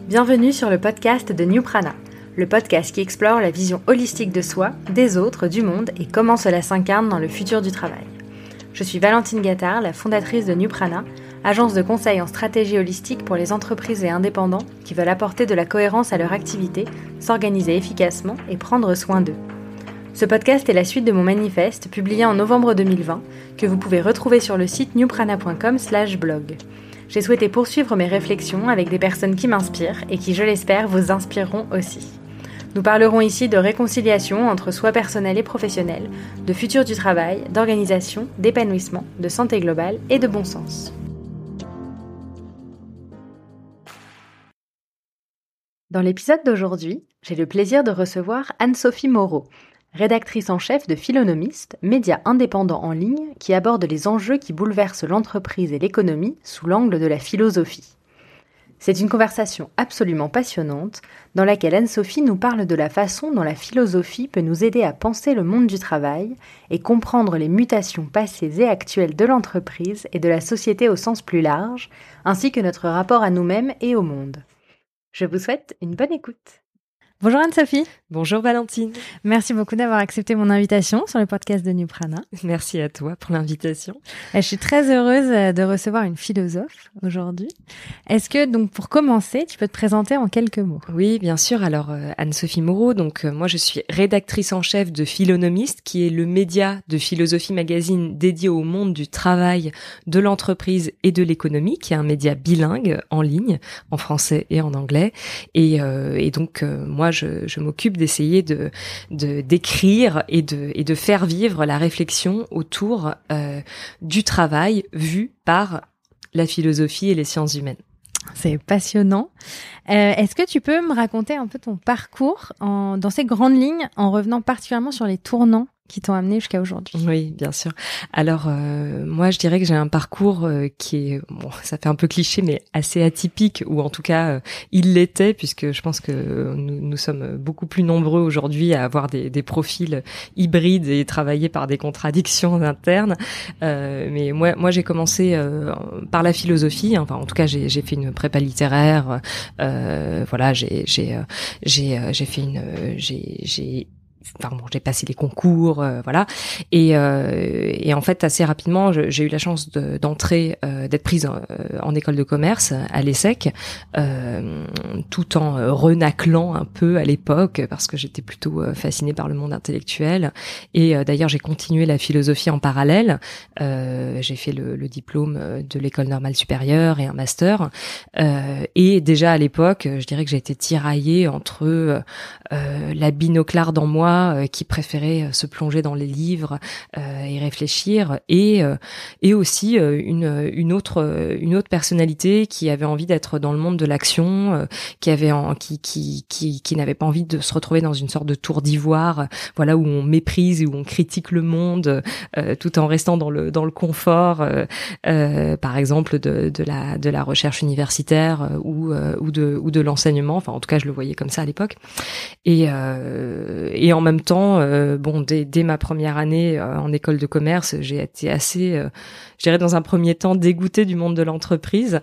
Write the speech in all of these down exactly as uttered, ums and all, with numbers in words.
Bienvenue sur le podcast de New Prana, le podcast qui explore la vision holistique de soi, des autres, du monde et comment cela s'incarne dans le futur du travail. Je suis Valentine Gattard, la fondatrice de New Prana, agence de conseil en stratégie holistique pour les entreprises et indépendants qui veulent apporter de la cohérence à leur activité, s'organiser efficacement et prendre soin d'eux. Ce podcast est la suite de mon manifeste publié en novembre deux mille vingt que vous pouvez retrouver sur le site newprana point com slash blog. J'ai souhaité poursuivre mes réflexions avec des personnes qui m'inspirent et qui, je l'espère, vous inspireront aussi. Nous parlerons ici de réconciliation entre soi personnel et professionnel, de futur du travail, d'organisation, d'épanouissement, de santé globale et de bon sens. Dans l'épisode d'aujourd'hui, j'ai le plaisir de recevoir Anne-Sophie Moreau, rédactrice en chef de Philonomiste, média indépendant en ligne qui aborde les enjeux qui bouleversent l'entreprise et l'économie sous l'angle de la philosophie. C'est une conversation absolument passionnante dans laquelle Anne-Sophie nous parle de la façon dont la philosophie peut nous aider à penser le monde du travail et comprendre les mutations passées et actuelles de l'entreprise et de la société au sens plus large, ainsi que notre rapport à nous-mêmes et au monde. Je vous souhaite une bonne écoute. Bonjour Anne-Sophie. Bonjour Valentine. Merci beaucoup d'avoir accepté mon invitation sur le podcast de New Prana. Merci à toi pour l'invitation. Je suis très heureuse de recevoir une philosophe aujourd'hui. Est-ce que, donc, pour commencer, tu peux te présenter en quelques mots? Oui, bien sûr. Alors, euh, Anne-Sophie Moreau, donc euh, moi je suis rédactrice en chef de Philonomiste, qui est le média de Philosophie Magazine dédié au monde du travail, de l'entreprise et de l'économie, qui est un média bilingue en ligne, en français et en anglais. Et, euh, et donc, euh, moi, Je, je m'occupe d'essayer de, de d'écrire et de et de faire vivre la réflexion autour euh, du travail vu par la philosophie et les sciences humaines. C'est passionnant. Euh, est-ce que tu peux me raconter un peu ton parcours en, dans ces grandes lignes, en revenant particulièrement sur les tournants qui t'ont amené jusqu'à aujourd'hui? Oui, bien sûr. Alors, euh, moi, je dirais que j'ai un parcours euh, qui est, bon, ça fait un peu cliché, mais assez atypique, ou en tout cas, euh, il l'était, puisque je pense que nous, nous sommes beaucoup plus nombreux aujourd'hui à avoir des, des profils hybrides et travailler par des contradictions internes. Euh, mais moi, moi, j'ai commencé euh, par la philosophie. Enfin, en tout cas, j'ai, j'ai fait une prépa littéraire. Euh, voilà, j'ai, j'ai, j'ai, j'ai fait une, j'ai, j'ai Enfin bon, j'ai passé les concours, euh, voilà, et, euh, et en fait assez rapidement, je, j'ai eu la chance de, d'entrer, euh, d'être prise en, en école de commerce à l'ESSEC, euh, tout en euh, renaclant un peu à l'époque parce que j'étais plutôt euh, fascinée par le monde intellectuel. Et euh, d'ailleurs, j'ai continué la philosophie en parallèle. Euh, j'ai fait le, le diplôme de l'école normale supérieure et un master. Euh, et déjà à l'époque, je dirais que j'ai été tiraillée entre euh, la binoclarde en moi qui préférait se plonger dans les livres euh, et réfléchir, et euh, et aussi euh, une une autre une autre personnalité qui avait envie d'être dans le monde de l'action, euh, qui avait en, qui qui qui qui n'avait pas envie de se retrouver dans une sorte de tour d'ivoire, voilà, où on méprise et où on critique le monde euh, tout en restant dans le dans le confort, euh, euh, par exemple de de la de la recherche universitaire euh, ou euh, ou de ou de l'enseignement. Enfin, en tout cas, je le voyais comme ça à l'époque. Et euh, et en En même temps, euh, bon, dès, dès ma première année euh, en école de commerce, j'ai été assez, euh, je dirais dans un premier temps, dégoûtée du monde de l'entreprise.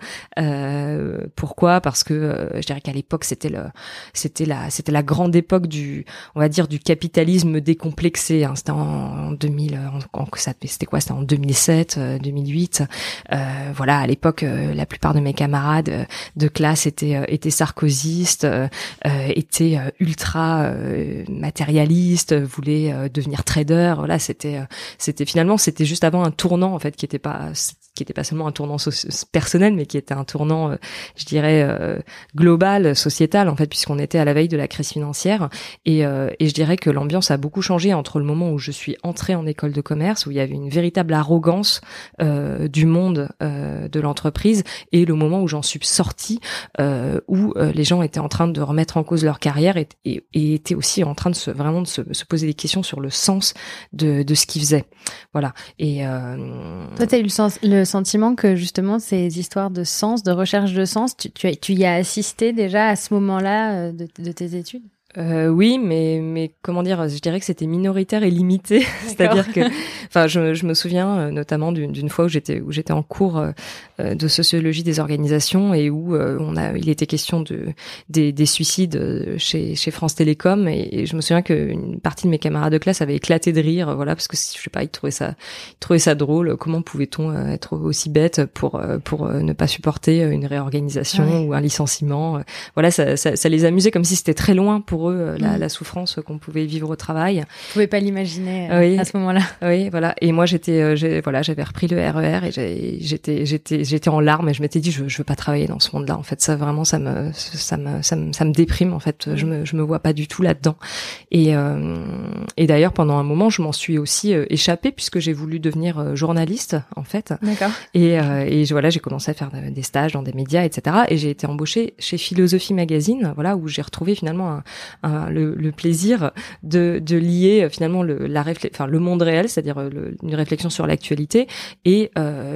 Euh, pourquoi ? Parce que euh, je dirais qu'à l'époque, c'était le, c'était la, c'était la grande époque du, on va dire, du capitalisme décomplexé. Hein. C'était en, en deux mille, en, en, c'était quoi ? C'était en deux mille sept, euh, deux mille huit. Euh, voilà, à l'époque, euh, la plupart de mes camarades euh, de classe étaient, euh, étaient sarkozystes, euh, euh, étaient euh, ultra euh, matérialistes, voulait euh, devenir trader. Voilà, c'était, euh, c'était finalement, c'était juste avant un tournant en fait qui était pas, qui était pas seulement un tournant so- personnel, mais qui était un tournant, euh, je dirais, euh, global, sociétal en fait, puisqu'on était à la veille de la crise financière. Et, euh, et je dirais que l'ambiance a beaucoup changé entre le moment où je suis entrée en école de commerce, où il y avait une véritable arrogance euh, du monde euh, de l'entreprise, et le moment où j'en suis sortie, euh, où euh, les gens étaient en train de remettre en cause leur carrière et, et, et étaient aussi en train de se vraiment de se, se poser des questions sur le sens de, de ce qu'ils faisaient. Voilà. Et euh... toi, tu as eu le, sens, le sentiment que justement ces histoires de sens, de recherche de sens, tu, tu, tu y as assisté déjà à ce moment-là de, de tes études? Euh, oui, mais mais comment dire, je dirais que c'était minoritaire et limité. C'est-à-dire que, enfin, je, je me souviens euh, notamment d'une, d'une fois où j'étais où j'étais en cours euh, de sociologie des organisations et où euh, on a, il était question de des, des suicides chez chez France Télécom et, et je me souviens qu'une partie de mes camarades de classe avait éclaté de rire, voilà, parce que je sais pas, ils trouvaient ça, ils trouvaient ça drôle. Comment pouvait-on euh, être aussi bête pour euh, pour euh, ne pas supporter une réorganisation ah oui. ou un licenciement? Voilà, ça, ça ça les amusait comme si c'était très loin pour eux la, mmh. la souffrance qu'on pouvait vivre au travail. Vous pouvez pas l'imaginer euh, oui. à ce moment-là. Oui, voilà. Et moi, j'étais, euh, j'ai, voilà, j'avais repris le R E R et j'ai, j'étais, j'étais, j'étais en larmes et je m'étais dit, je, je veux pas travailler dans ce monde-là. En fait, ça vraiment, ça me, ça me, ça me, ça me déprime. En fait, je me, je me vois pas du tout là-dedans. Et, euh, et d'ailleurs, pendant un moment, je m'en suis aussi euh, échappée puisque j'ai voulu devenir euh, journaliste, en fait. D'accord. Et, euh, et voilà, j'ai commencé à faire des stages dans des médias, et cetera. Et j'ai été embauchée chez Philosophie Magazine, voilà, où j'ai retrouvé finalement un, un, le, le plaisir de, de lier finalement le, la réflexion, enfin le monde réel, c'est-à-dire le, une réflexion sur l'actualité et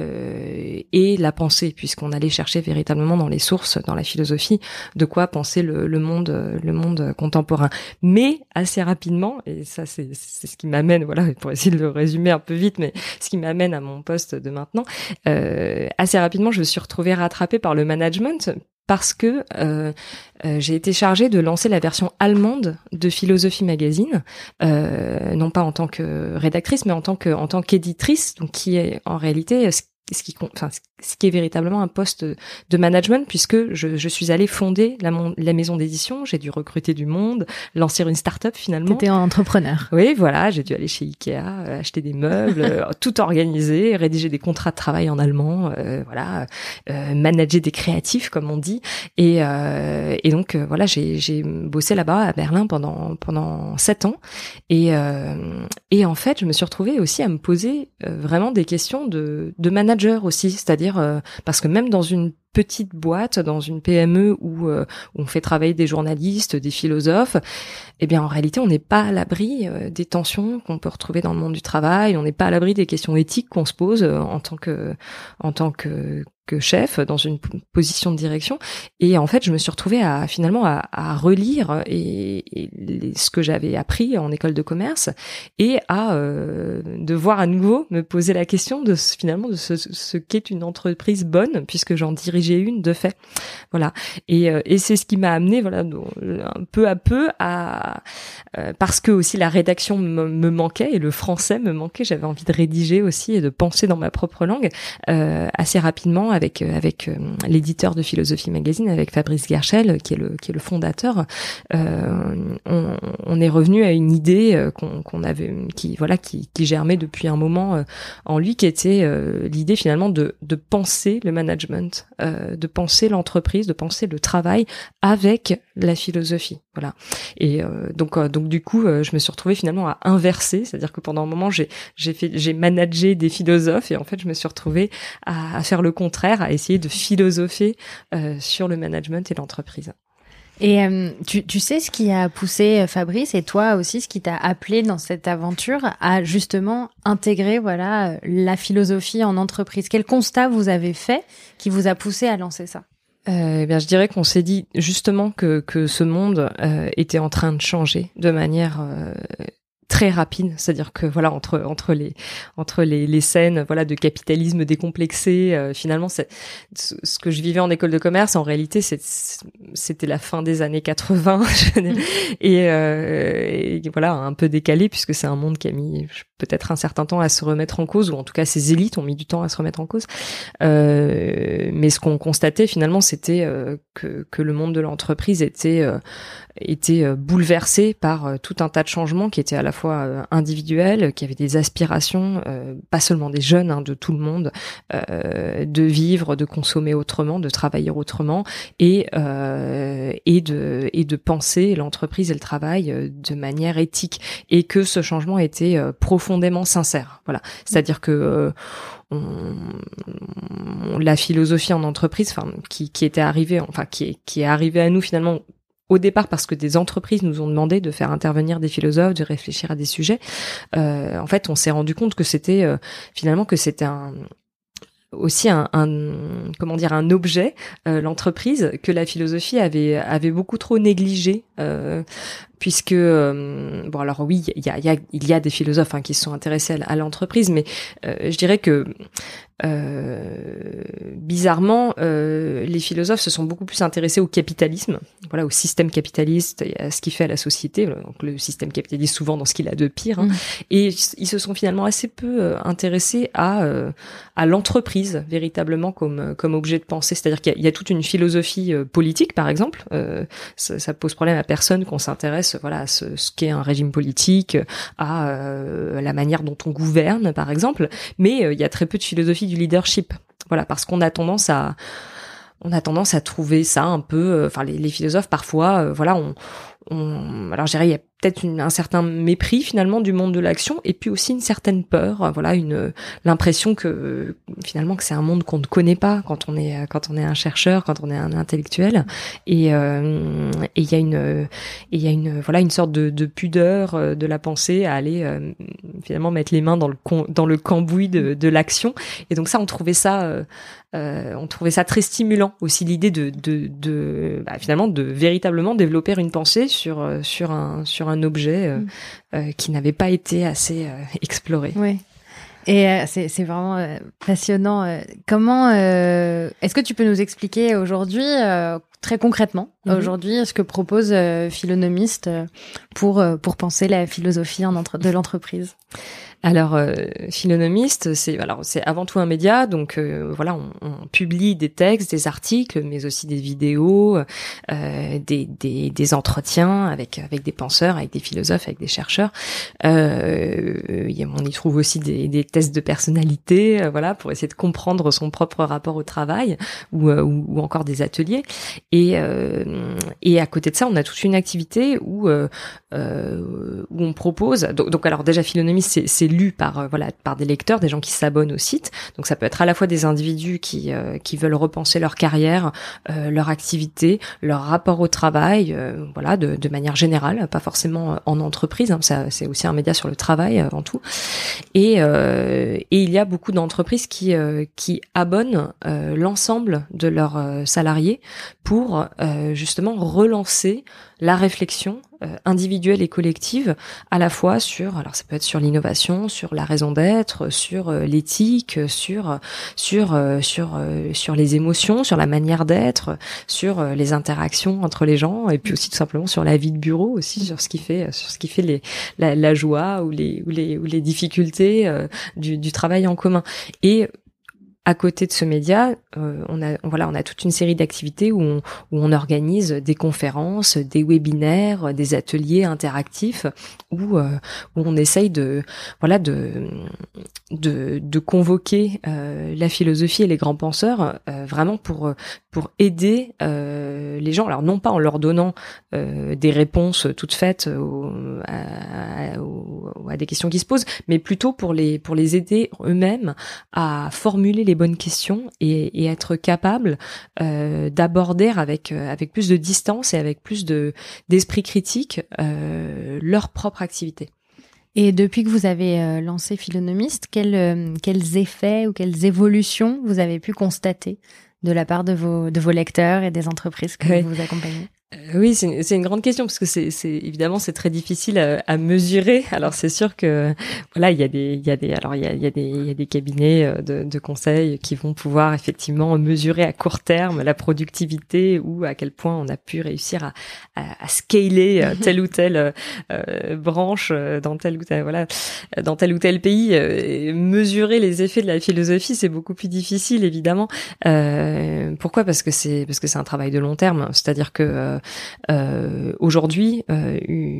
euh, et la pensée, puisqu'on allait chercher véritablement dans les sources, dans la philosophie, de quoi penser le, le monde, le monde contemporain. Mais assez rapidement, et ça c'est, c'est ce qui m'amène, voilà, pour essayer de le résumer un peu vite, mais ce qui m'amène à mon poste de maintenant, euh, assez rapidement, je me suis retrouvée rattrapée par le management. Parce que euh, euh, j'ai été chargée de lancer la version allemande de Philosophie Magazine, euh, non pas en tant que rédactrice, mais en tant que en tant qu'éditrice, donc qui est en réalité ce, ce qui, enfin ce qui est véritablement un poste de management, puisque je, je suis allée fonder la, la maison d'édition, j'ai dû recruter du monde, lancer une start-up finalement. T'étais entrepreneur. Oui, voilà, j'ai dû aller chez Ikea, euh, acheter des meubles, euh, tout organiser, rédiger des contrats de travail en allemand, euh, voilà, euh, manager des créatifs comme on dit, et, euh, et donc euh, voilà, j'ai, j'ai bossé là-bas à Berlin pendant pendant sept ans, et euh, et en fait, je me suis retrouvée aussi à me poser euh, vraiment des questions de de manager aussi, c'est-à-dire euh, parce que même dans une petite boîte, dans une P M E où, euh, où on fait travailler des journalistes, des philosophes, eh bien en réalité on n'est pas à l'abri euh, des tensions qu'on peut retrouver dans le monde du travail, on n'est pas à l'abri des questions éthiques qu'on se pose euh, en tant que en tant que que chef dans une p- position de direction. Et en fait je me suis retrouvée à finalement à, à relire et, et les, ce que j'avais appris en école de commerce et à euh, devoir à nouveau me poser la question de finalement de ce, ce qu'est une entreprise bonne, puisque j'en dirigeais une de fait, voilà. Et, euh, et c'est ce qui m'a amené, voilà, un peu à peu à euh, parce que aussi la rédaction me, me manquait et le français me manquait. J'avais envie de rédiger aussi et de penser dans ma propre langue euh, assez rapidement avec avec euh, l'éditeur de Philosophie Magazine, avec Fabrice Guerchel, qui est le qui est le fondateur. Euh, on, on est revenu à une idée euh, qu'on, qu'on avait, qui voilà, qui, qui germait depuis un moment euh, en lui, qui était euh, l'idée finalement de de penser le management. Euh, de penser l'entreprise, de penser le travail avec la philosophie, voilà. Et euh, donc euh, donc du coup, euh, je me suis retrouvée finalement à inverser, c'est-à-dire que pendant un moment, j'ai j'ai fait j'ai managé des philosophes et en fait, je me suis retrouvée à, à faire le contraire, à essayer de philosopher euh, sur le management et l'entreprise. Et euh, tu, tu sais ce qui a poussé Fabrice et toi aussi, ce qui t'a appelé dans cette aventure à justement intégrer voilà la philosophie en entreprise. Quel constat vous avez fait qui vous a poussé à lancer ça ? Euh, eh bien, je dirais qu'on s'est dit justement que que ce monde euh, était en train de changer de manière euh, très rapide, c'est-à-dire que voilà, entre entre les entre les les scènes voilà de capitalisme décomplexé, euh, finalement c'est ce que je vivais en école de commerce, en réalité c'est, c'était la fin des années quatre-vingts et, euh, et voilà, un peu décalé, puisque c'est un monde qui a mis peut-être un certain temps à se remettre en cause, ou en tout cas ces élites ont mis du temps à se remettre en cause, euh, mais ce qu'on constatait finalement, c'était euh, que que le monde de l'entreprise était euh, était euh, bouleversé par euh, tout un tas de changements qui étaient à la fois euh, individuels, qui avaient des aspirations, euh, pas seulement des jeunes, hein, de tout le monde, euh, de vivre, de consommer autrement, de travailler autrement, et euh, et de et de penser l'entreprise et le travail euh, de manière éthique, et que ce changement était euh, profondément sincère. Voilà, c'est-à-dire que euh, On, on, la philosophie en entreprise, enfin, qui, qui était arrivée, enfin, qui est, qui est arrivée à nous finalement au départ parce que des entreprises nous ont demandé de faire intervenir des philosophes, de réfléchir à des sujets. Euh, en fait, on s'est rendu compte que c'était euh, finalement que c'était un aussi un, un comment dire un objet, euh, l'entreprise, que la philosophie avait avait beaucoup trop négligé. Euh, puisque euh, bon alors oui il y a il y a il y a des philosophes hein, qui se sont intéressés à, à l'entreprise, mais euh, je dirais que euh, bizarrement euh, les philosophes se sont beaucoup plus intéressés au capitalisme, voilà, au système capitaliste et à ce qu'il fait à la société, donc le système capitaliste souvent dans ce qu'il a de pire, hein, mmh. et ils se sont finalement assez peu euh, intéressés à euh, à l'entreprise véritablement comme comme objet de pensée, c'est-à-dire qu'il y a, il y a toute une philosophie euh, politique par exemple, euh, ça, ça pose problème à personne qu'on s'intéresse voilà à ce, ce qu'est un régime politique, à euh, la manière dont on gouverne par exemple, mais euh, il y a très peu de philosophie du leadership, voilà, parce qu'on a tendance à on a tendance à trouver ça un peu, enfin euh, les, les philosophes parfois euh, voilà on, on alors je dirais il y a peut-être une, un certain mépris finalement du monde de l'action, et puis aussi une certaine peur, voilà, une l'impression que finalement que c'est un monde qu'on ne connaît pas quand on est quand on est un chercheur, quand on est un intellectuel, et euh, et il y a une et il y a une voilà une sorte de, de pudeur de la pensée à aller euh, finalement mettre les mains dans le dans le cambouis de, de l'action, et donc ça on trouvait ça euh, euh, on trouvait ça très stimulant aussi, l'idée de de, de bah, finalement de véritablement développer une pensée sur sur un sur un un objet euh, mmh. euh, qui n'avait pas été assez euh, exploré. Oui. Et euh, c'est, c'est vraiment euh, passionnant. Euh, comment euh, est-ce que tu peux nous expliquer aujourd'hui, euh, très concrètement, mmh. aujourd'hui, ce que propose euh, Philonomiste euh, pour euh, pour penser la philosophie en entre- de l'entreprise? Alors, euh, Philonomiste, c'est alors c'est avant tout un média, donc euh, voilà, on, on publie des textes, des articles, mais aussi des vidéos, euh, des, des des entretiens avec avec des penseurs, avec des philosophes, avec des chercheurs. Euh, y a, on y trouve aussi des, des tests de personnalité, euh, voilà, pour essayer de comprendre son propre rapport au travail, ou euh, ou, ou encore des ateliers. Et euh, et à côté de ça, on a toute une activité où euh, euh, où on propose. Donc, donc alors déjà, Philonomiste, c'est, c'est lu par euh, voilà par des lecteurs, des gens qui s'abonnent au site. Donc ça peut être à la fois des individus qui euh, qui veulent repenser leur carrière, euh, leur activité, leur rapport au travail, euh, voilà, de, de manière générale, pas forcément en entreprise. Hein, ça c'est aussi un média sur le travail avant tout. Et euh, et il y a beaucoup d'entreprises qui euh, qui abonnent euh, l'ensemble de leurs euh, salariés pour euh, justement relancer la réflexion euh, individuelle et collective, à la fois sur, alors ça peut être sur l'innovation, sur la raison d'être, sur euh, l'éthique, sur sur euh, sur euh, sur les émotions, sur la manière d'être, sur euh, les interactions entre les gens, et puis aussi tout simplement sur la vie de bureau aussi, sur ce qui fait sur ce qui fait les la, la joie ou les ou les ou les difficultés euh, du, du travail en commun. Et à côté de ce média, euh, on a voilà, on a toute une série d'activités où on où on organise des conférences, des webinaires, des ateliers interactifs où euh, où on essaye de voilà de de de convoquer euh, la philosophie et les grands penseurs euh, vraiment pour pour aider euh, les gens. Alors non pas en leur donnant euh, des réponses toutes faites aux, à, aux, à des questions qui se posent, mais plutôt pour les pour les aider eux-mêmes à formuler les bonnes questions et, et être capable euh, d'aborder avec avec plus de distance et avec plus de d'esprit critique euh, leur propre activité. Et depuis que vous avez euh, lancé Philonomiste, quels euh, quels effets ou quelles évolutions vous avez pu constater de la part de vos de vos lecteurs et des entreprises que oui. vous accompagnez? Euh, oui, c'est une, c'est une grande question parce que c'est, c'est évidemment c'est très difficile à, à mesurer. Alors c'est sûr que voilà, il y a des, il y a des, alors il y a, il y a des, il y a des cabinets de, de conseil qui vont pouvoir effectivement mesurer à court terme la productivité ou à quel point on a pu réussir à, à, à scaler telle ou telle euh, branche dans tel ou tel voilà dans tel ou tel pays. Et mesurer les effets de la philosophie, c'est beaucoup plus difficile évidemment. Euh, pourquoi ? Parce que c'est parce que c'est un travail de long terme. C'est-à-dire que euh, Euh, aujourd'hui, euh,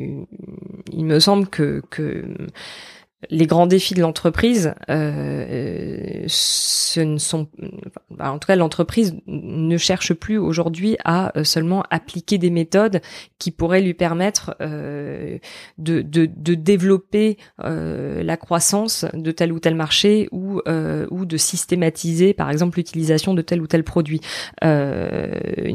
il me semble que, que les grands défis de l'entreprise, euh, ce ne sont, en tout cas, l'entreprise ne cherche plus aujourd'hui à seulement appliquer des méthodes qui pourraient lui permettre euh, de, de, de développer euh, la croissance de tel ou tel marché ou euh, ou de systématiser, par exemple, l'utilisation de tel ou tel produit. Euh,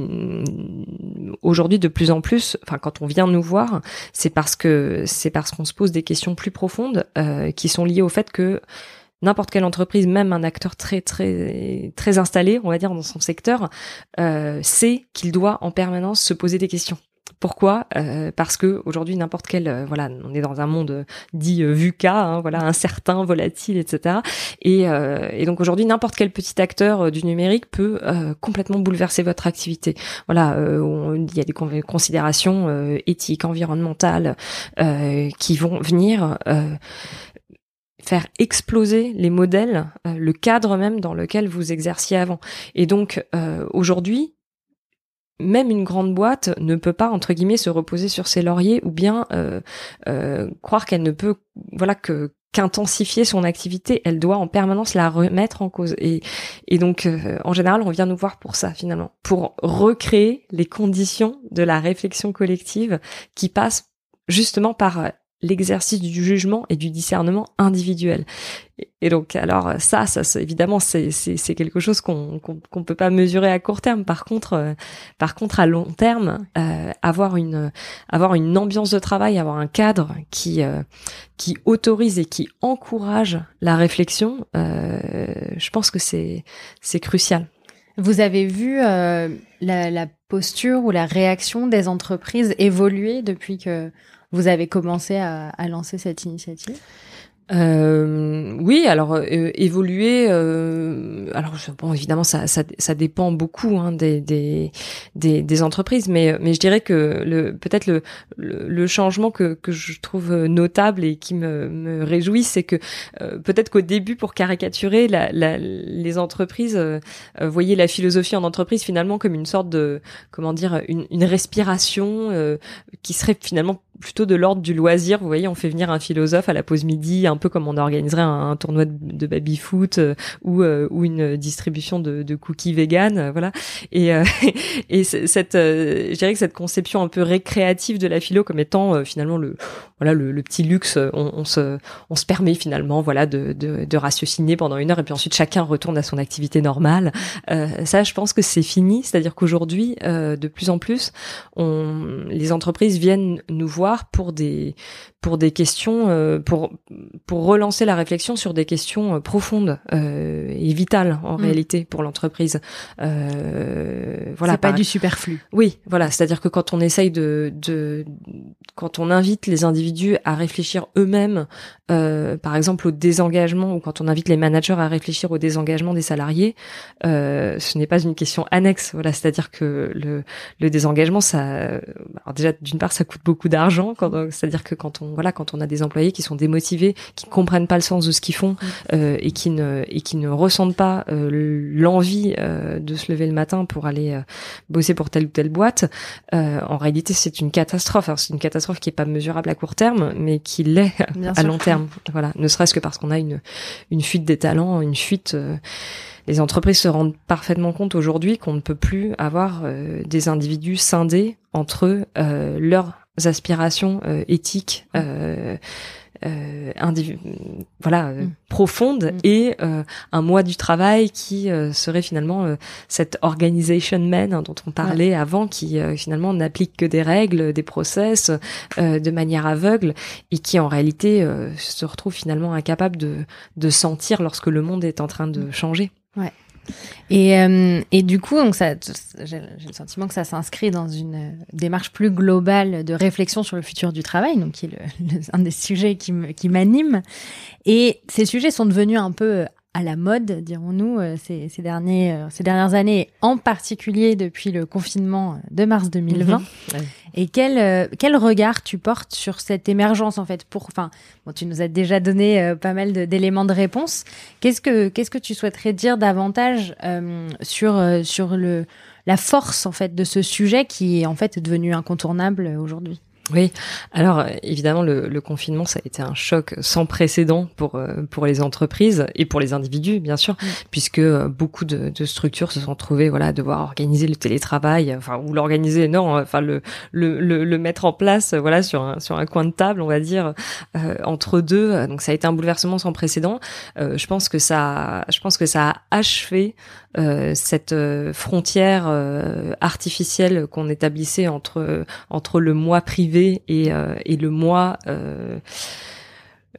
aujourd'hui, de plus en plus, enfin, quand on vient nous voir, c'est parce que c'est parce qu'on se pose des questions plus profondes. Euh, qui sont liés au fait que n'importe quelle entreprise, même un acteur très très très installé, on va dire dans son secteur, euh, sait qu'il doit en permanence se poser des questions. Pourquoi ? euh, Parce que aujourd'hui, n'importe quel, euh, voilà, on est dans un monde euh, dit euh, VUCA, hein, voilà, incertain, volatile, et cetera. Et, euh, et donc aujourd'hui, n'importe quel petit acteur euh, du numérique peut euh, complètement bouleverser votre activité. Voilà, euh, on, il y a des con- considérations euh, éthiques, environnementales, euh, qui vont venir euh, faire exploser les modèles, euh, le cadre même dans lequel vous exerciez avant. Et donc euh, aujourd'hui, même une grande boîte ne peut pas, entre guillemets, se reposer sur ses lauriers ou bien euh, euh, croire qu'elle ne peut, voilà, que qu'intensifier son activité. Elle doit en permanence la remettre en cause. Et, et donc, euh, en général, on vient nous voir pour ça, finalement, pour recréer les conditions de la réflexion collective qui passe justement par l'exercice du jugement et du discernement individuel. Et donc, alors ça, ça, ça évidemment, c'est c'est c'est quelque chose qu'on qu'on qu'on peut pas mesurer à court terme. Par contre, euh, par contre, à long terme, euh, avoir une avoir une ambiance de travail, avoir un cadre qui euh, qui autorise et qui encourage la réflexion, euh, je pense que c'est c'est crucial. Vous avez vu euh, la, la posture ou la réaction des entreprises évoluer depuis que vous avez commencé à, à lancer cette initiative ? Euh, oui, alors euh, évoluer. Euh, alors bon, évidemment, ça, ça, ça dépend beaucoup hein, des, des, des, des entreprises, mais, mais je dirais que le, peut-être le, le, le changement que, que je trouve notable et qui me, me réjouit, c'est que euh, peut-être qu'au début, pour caricaturer, la, la, les entreprises euh, voyaient la philosophie en entreprise finalement comme une sorte de, comment dire, une, une respiration euh, qui serait finalement plutôt de l'ordre du loisir. Vous voyez, on fait venir un philosophe à la pause midi, un peu comme on organiserait un, un tournoi de, de baby-foot euh, ou euh, ou une distribution de, de cookies vegan, euh, voilà. Et euh, et cette, euh, je dirais que cette conception un peu récréative de la philo comme étant euh, finalement le voilà le, le petit luxe, on, on se on se permet finalement voilà de, de de ratiociner pendant une heure et puis ensuite chacun retourne à son activité normale. Euh, ça, je pense que c'est fini. C'est-à-dire qu'aujourd'hui, euh, de plus en plus, on les entreprises viennent nous voir pour des pour des questions euh, pour pour relancer la réflexion sur des questions euh, profondes euh, et vitales en mmh. réalité pour l'entreprise. Euh, voilà, c'est pas par... du superflu. Oui, voilà, c'est-à-dire que quand on essaye de de quand on invite les individus à réfléchir eux-mêmes, euh, par exemple au désengagement, ou quand on invite les managers à réfléchir au désengagement des salariés, euh, ce n'est pas une question annexe. Voilà, c'est-à-dire que le le désengagement, ça, alors déjà d'une part, ça coûte beaucoup d'argent. Quand, c'est-à-dire que quand on voilà, quand on a des employés qui sont démotivés, qui comprennent pas le sens de ce qu'ils font euh, et qui ne et qui ne ressentent pas euh, l'envie euh, de se lever le matin pour aller euh, bosser pour telle ou telle boîte, euh, en réalité, c'est une catastrophe. Alors, c'est une catastrophe qui est pas mesurable à court terme, mais qui l'est Bien à sûr. long terme. Voilà, ne serait-ce que parce qu'on a une une fuite des talents, une fuite. Euh, les entreprises se rendent parfaitement compte aujourd'hui qu'on ne peut plus avoir euh, des individus scindés entre euh, leurs aspirations euh, éthiques, euh, euh, indiv- voilà, euh, mm. profondes mm. et euh, un moi du travail qui euh, serait finalement euh, cette organization man hein, dont on parlait ouais. avant, qui euh, finalement n'applique que des règles, des process euh, de manière aveugle et qui en réalité euh, se retrouve finalement incapable de de sentir lorsque le monde est en train de changer. Ouais. Et, euh, et du coup, donc ça, j'ai, j'ai le sentiment que ça s'inscrit dans une démarche plus globale de réflexion sur le futur du travail, donc qui est le, le, un des sujets qui, me, qui m'anime. Et ces sujets sont devenus un peu à la mode, dirons-nous, ces, ces, derniers, ces dernières années, en particulier depuis le confinement de mars deux mille vingt. Mmh. Ouais. Et quel, quel regard tu portes sur cette émergence, en fait, pour, enfin, bon, tu nous as déjà donné euh, pas mal de, d'éléments de réponse. Qu'est-ce que, qu'est-ce que tu souhaiterais dire davantage euh, sur, euh, sur le, la force, en fait, de ce sujet qui est, en fait, devenu incontournable aujourd'hui? Oui, alors évidemment le, le confinement ça a été un choc sans précédent pour pour les entreprises et pour les individus bien sûr, mmh. puisque beaucoup de, de structures se sont trouvées voilà à devoir organiser le télétravail, enfin ou l'organiser non, enfin le le le, le mettre en place voilà sur un sur un coin de table on va dire euh, entre deux. Donc ça a été un bouleversement sans précédent. Euh, je pense que ça je pense que ça a achevé Euh, cette euh, frontière euh, artificielle qu'on établissait entre entre le moi privé et euh, et le moi euh,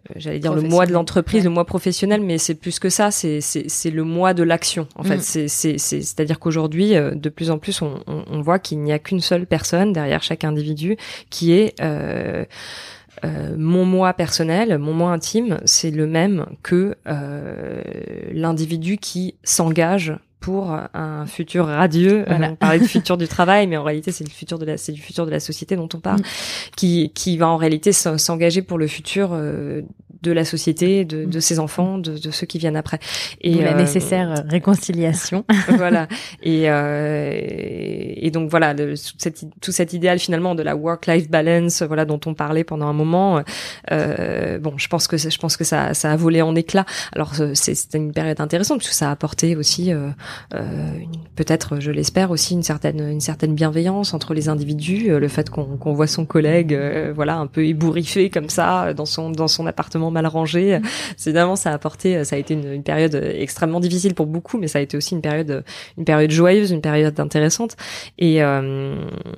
j'allais dire le mois de l'entreprise, ouais. le mois professionnel, mais c'est plus que ça, c'est c'est c'est le mois de l'action. En fait, mmh. c'est c'est c'est c'est-à-dire qu'aujourd'hui, de plus en plus, on on, on voit qu'il n'y a qu'une seule personne derrière chaque individu, qui est euh, Euh, mon moi personnel, mon moi intime, c'est le même que euh, l'individu qui s'engage pour un futur radieux. Voilà. On parlait du futur du travail, mais en réalité, c'est le futur de la, c'est du futur de la société dont on parle, mmh. qui qui va en réalité s'engager pour le futur euh, de la société, de, de ses enfants, de, de ceux qui viennent après. Et D'où la euh, nécessaire réconciliation. Voilà. Et, euh, et donc voilà, le, tout, cette, tout cet idéal finalement de la work-life balance, voilà, dont on parlait pendant un moment. Euh, bon, je pense que je pense que ça, ça a volé en éclats. Alors c'est, c'était une période intéressante puisque ça a apporté aussi, euh, euh, peut-être, je l'espère aussi, une certaine, une certaine bienveillance entre les individus. Le fait qu'on, qu'on voit son collègue, euh, voilà, un peu ébouriffé comme ça dans son, dans son appartement mal rangé. C'est évidemment, ça a apporté, ça a été une, une période extrêmement difficile pour beaucoup, mais ça a été aussi une période, une période joyeuse, une période intéressante. Et euh,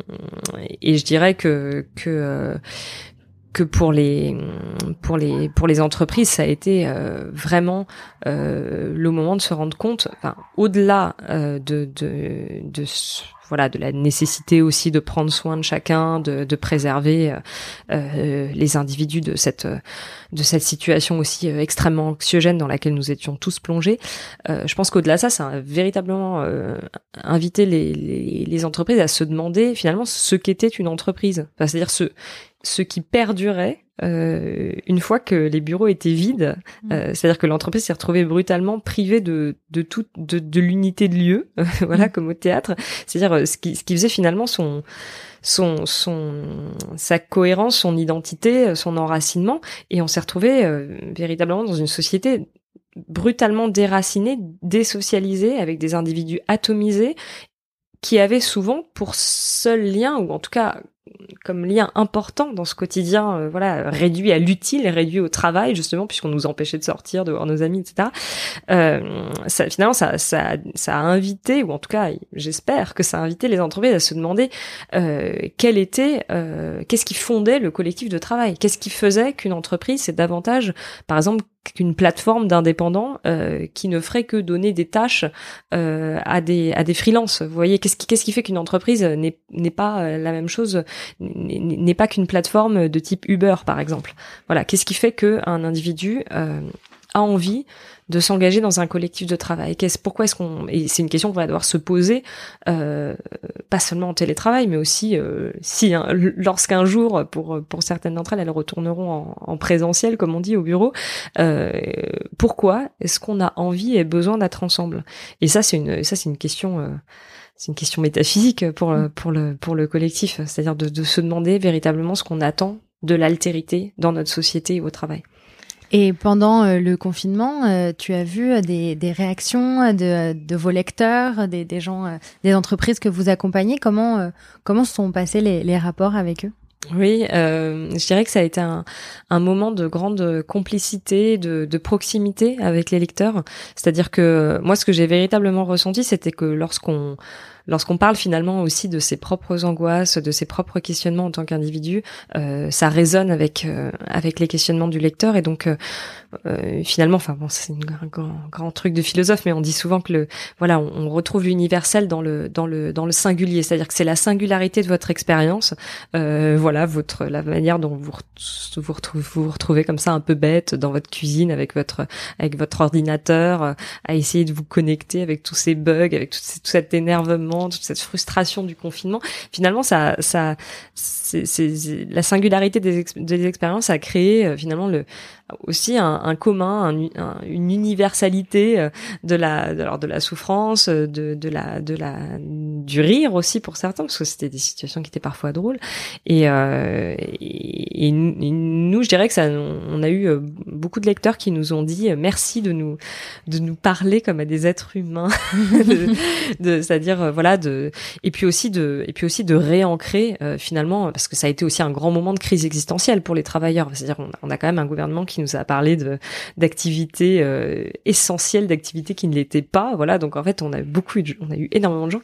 et je dirais que que euh, que pour les pour les pour les entreprises, ça a été euh, vraiment euh, le moment de se rendre compte, enfin, au-delà euh, de de de voilà, de la nécessité aussi de prendre soin de chacun, de, de préserver euh, les individus de cette de cette situation aussi euh, extrêmement anxiogène dans laquelle nous étions tous plongés. Euh, je pense qu'au-delà de ça, ça a véritablement euh, invité les, les les entreprises à se demander finalement ce qu'était une entreprise, enfin, c'est-à-dire ce ce qui perdurait euh, une fois que les bureaux étaient vides, euh, c'est-à-dire que l'entreprise s'est retrouvée brutalement privée de de toute de, de l'unité de lieu, euh, voilà, comme au théâtre, c'est-à-dire euh, ce qui ce qui faisait finalement son son son sa cohérence, son identité, son enracinement, et on s'est retrouvé euh, véritablement dans une société brutalement déracinée, désocialisée, avec des individus atomisés qui avaient souvent pour seul lien, ou en tout cas comme lien important dans ce quotidien, euh, voilà, réduit à l'utile, réduit au travail, justement, puisqu'on nous empêchait de sortir, de voir nos amis, et cetera. Euh, ça, finalement, ça, ça, ça a invité, ou en tout cas, j'espère que ça a invité les entreprises à se demander euh, quel était, euh, qu'est-ce qui fondait le collectif de travail, qu'est-ce qui faisait qu'une entreprise, c'est davantage, par exemple, qu'une plateforme d'indépendants euh, qui ne ferait que donner des tâches euh, à des à des freelances. Vous voyez, qu'est-ce qui qu'est-ce qui fait qu'une entreprise n'est n'est pas euh, la même chose, n'est, n'est pas qu'une plateforme de type Uber par exemple. Voilà, qu'est-ce qui fait que un individu euh, a envie de s'engager dans un collectif de travail. Qu'est-ce, pourquoi est-ce qu'on, et c'est une question qu'on va devoir se poser, euh, pas seulement en télétravail, mais aussi euh, si hein, lorsqu'un jour, pour pour certaines d'entre elles, elles retourneront en, en présentiel, comme on dit, au bureau. Euh, pourquoi est-ce qu'on a envie et besoin d'être ensemble? Et ça, c'est une, ça c'est une question. Euh, C'est une question métaphysique pour le, pour le pour le collectif, c'est-à-dire de, de se demander véritablement ce qu'on attend de l'altérité dans notre société et au travail. Et pendant euh, le confinement, euh, tu as vu des, des réactions de, de vos lecteurs, des, des gens, euh, des entreprises que vous accompagnez. Comment euh, comment se sont passés les, les rapports avec eux? Oui, euh, je dirais que ça a été un, un moment de grande complicité, de, de proximité avec les lecteurs. C'est-à-dire que moi, ce que j'ai véritablement ressenti, c'était que lorsqu'on lorsqu'on parle finalement aussi de ses propres angoisses, de ses propres questionnements en tant qu'individu, euh, ça résonne avec euh, avec les questionnements du lecteur. Et donc euh, euh, finalement, enfin bon, c'est un grand, grand truc de philosophe, mais on dit souvent que le voilà, on, on retrouve l'universel dans le dans le dans le singulier. C'est-à-dire que c'est la singularité de votre expérience, euh, voilà, votre la manière dont vous vous retrouvez, vous, vous retrouvez comme ça un peu bête dans votre cuisine avec votre avec votre ordinateur, euh, à essayer de vous connecter avec tous ces bugs, avec tout, ces, tout cet énervement, toute cette frustration du confinement. Finalement, ça, ça, c'est, c'est la singularité des, ex, des expériences a créé euh, finalement le aussi un, un commun, un, un, une universalité de la, de, alors de la souffrance, de, de la, de la, du rire aussi pour certains, parce que c'était des situations qui étaient parfois drôles. Et, euh, et, et nous, je dirais que ça, on a eu beaucoup de lecteurs qui nous ont dit merci de nous, de nous parler comme à des êtres humains, de, de, c'est-à-dire voilà, de, et puis aussi de, et puis aussi de réancrer euh, finalement, parce que ça a été aussi un grand moment de crise existentielle pour les travailleurs. C'est-à-dire on, on a quand même un gouvernement qui nous a parlé de d'activités euh, essentielles, d'activités qui ne l'étaient pas. Voilà, donc en fait, on a beaucoup, on a eu énormément de gens qui se sont demandé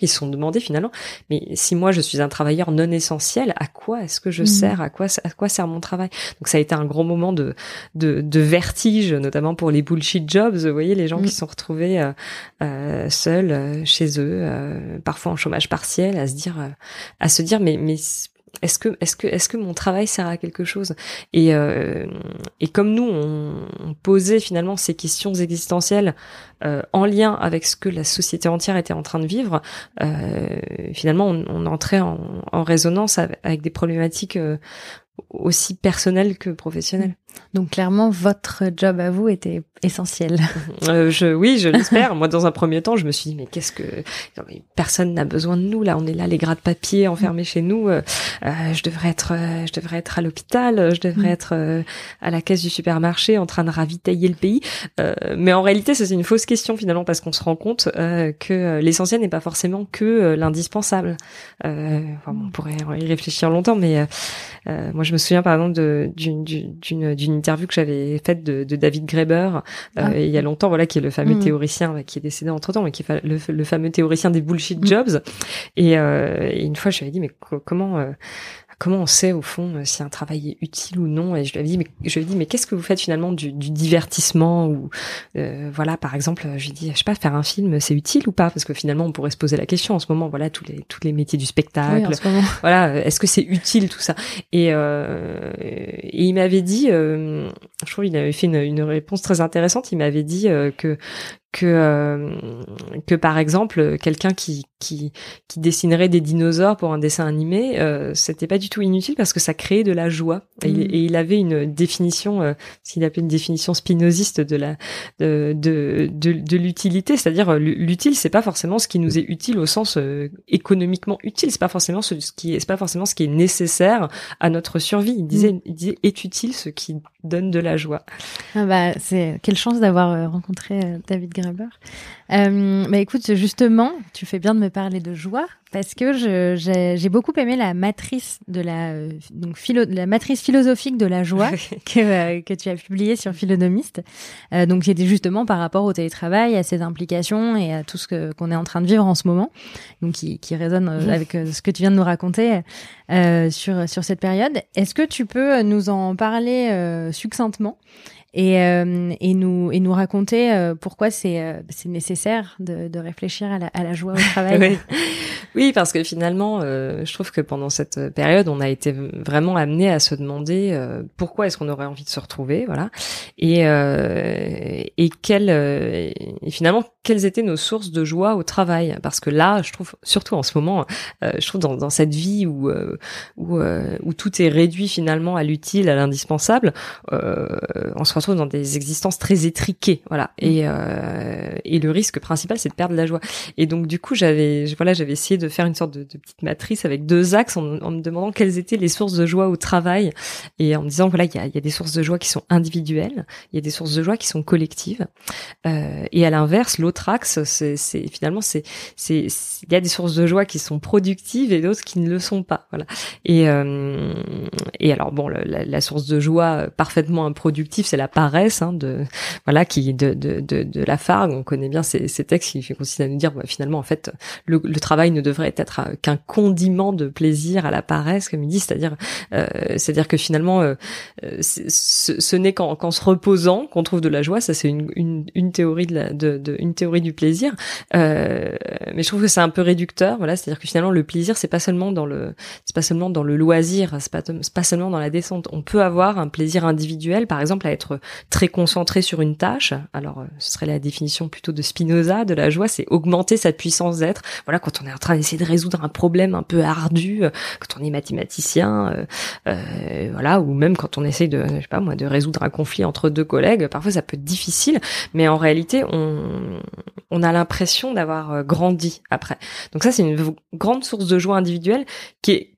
demander finalement, mais si moi je suis un travailleur non essentiel, à quoi est-ce que je mmh. sers, à quoi à quoi sert mon travail? Donc ça a été un gros moment de de, de vertige, notamment pour les bullshit jobs. Vous voyez, les gens mmh. qui sont retrouvés euh, euh, seuls euh, chez eux, euh, parfois en chômage partiel, à se dire, euh, à se dire, mais mais Est-ce que, est-ce que, est-ce que mon travail sert à quelque chose? Et euh, et comme nous, on, on posait finalement ces questions existentielles euh, en lien avec ce que la société entière était en train de vivre, euh, finalement, on, on entrait en, en résonance avec, avec des problématiques euh, aussi personnelles que professionnelles. Donc clairement, votre job à vous était essentiel. Euh, je, oui, je l'espère. Moi, dans un premier temps, je me suis dit, mais qu'est-ce que... Non, mais personne n'a besoin de nous, là. On est là, les gras de papier enfermés chez nous. Euh, je devrais être euh, je devrais être à l'hôpital. Je devrais mmh. être euh, à la caisse du supermarché en train de ravitailler le pays. Euh, mais en réalité, ça, c'est une fausse question, finalement, parce qu'on se rend compte euh, que l'essentiel n'est pas forcément que euh, l'indispensable. Euh, enfin, on pourrait y réfléchir longtemps, mais euh, euh, moi, je me souviens, par exemple, de, d'une, d'une, d'une interview que j'avais faite de, de David Graeber euh, ah. il y a longtemps, voilà, qui est le fameux mmh. théoricien qui est décédé entre-temps, mais qui est le, le fameux théoricien des bullshit jobs. Mmh. Et, euh, et une fois, je lui ai dit, mais co- comment euh, comment on sait au fond si un travail est utile ou non? Et je lui avais dit, mais je lui ai dit, mais qu'est-ce que vous faites finalement du, du divertissement ou euh, voilà, par exemple, je lui ai dit, je sais pas, faire un film, c'est utile ou pas? Parce que finalement, on pourrait se poser la question en ce moment. Voilà, tous les tous les métiers du spectacle. Oui, en ce moment. Voilà, est-ce que c'est utile tout ça? Et, euh, et il m'avait dit, euh, je trouve, il avait fait une, une réponse très intéressante. Il m'avait dit euh, que que euh, que par exemple quelqu'un qui qui qui dessinerait des dinosaures pour un dessin animé, euh, c'était pas du tout inutile parce que ça créait de la joie. Et, mmh. il, et il avait une définition, euh, ce qu'il appelait une définition spinoziste de la de de de, de l'utilité, c'est-à-dire l'utile, c'est pas forcément ce qui nous est utile au sens euh, économiquement utile, c'est pas forcément ce, ce qui est, c'est pas forcément ce qui est nécessaire à notre survie. Il disait, mmh. il disait est utile ce qui donne de la joie. Ah bah c'est quelle chance d'avoir rencontré David Graeber. Euh, bah écoute, justement, tu fais bien de me parler de joie parce que je, j'ai, j'ai beaucoup aimé la matrice de la euh, donc philo, la matrice philosophique de la joie que euh, que tu as publiée sur Philonomiste. Euh, donc c'était justement par rapport au télétravail, à ses implications et à tout ce que qu'on est en train de vivre en ce moment. Donc qui qui résonne euh, avec euh, ce que tu viens de nous raconter euh, sur sur cette période. Est-ce que tu peux nous en parler euh, succinctement? Et, euh, et nous et nous raconter euh, pourquoi c'est euh, c'est nécessaire de, de réfléchir à la, à la joie au travail. Oui. Oui, parce que finalement, euh, je trouve que pendant cette période, on a été vraiment amené à se demander euh, pourquoi est-ce qu'on aurait envie de se retrouver, voilà, et euh, et quelles euh, et finalement quelles étaient nos sources de joie au travail. Parce que là, je trouve, surtout en ce moment, euh, je trouve dans, dans cette vie où euh, où euh, où tout est réduit finalement à l'utile, à l'indispensable, euh, on se retrouve dans des existences très étriquées, voilà. Et euh, et le risque principal, c'est de perdre la joie. Et donc du coup, j'avais voilà, j'avais essayé de faire une sorte de, de petite matrice avec deux axes en, en me demandant quelles étaient les sources de joie au travail et en me disant voilà, il y a, y a des sources de joie qui sont individuelles, il y a des sources de joie qui sont collectives. Euh, et à l'inverse, l'autre axe, c'est, c'est finalement c'est c'est il y a des sources de joie qui sont productives et d'autres qui ne le sont pas, voilà. Et euh, et alors bon, le, la, la source de joie parfaitement improductive, c'est la paresse, hein, de voilà, qui de de de, de Lafargue. On connaît bien ces, ces textes qui consistent à nous dire bah, finalement en fait le, le travail ne devrait être qu'un condiment de plaisir à la paresse, comme il dit, c'est-à-dire euh, c'est-à-dire que finalement euh, ce, ce n'est qu'en, qu'en se reposant qu'on trouve de la joie. Ça c'est une une, une théorie de, la, de, de une théorie du plaisir, euh, mais je trouve que c'est un peu réducteur, voilà, c'est-à-dire que finalement le plaisir c'est pas seulement dans le c'est pas seulement dans le loisir, c'est pas c'est pas seulement dans la descente. On peut avoir un plaisir individuel, par exemple à être très concentré sur une tâche. Alors ce serait la définition plutôt de Spinoza de la joie, c'est augmenter sa puissance d'être. Voilà, quand on est en train d'essayer de résoudre un problème un peu ardu, quand on est mathématicien, euh, euh, voilà, ou même quand on essaye de, je sais pas moi, de résoudre un conflit entre deux collègues, parfois ça peut être difficile, mais en réalité, on, on a l'impression d'avoir grandi après. Donc ça, c'est une grande source de joie individuelle qui est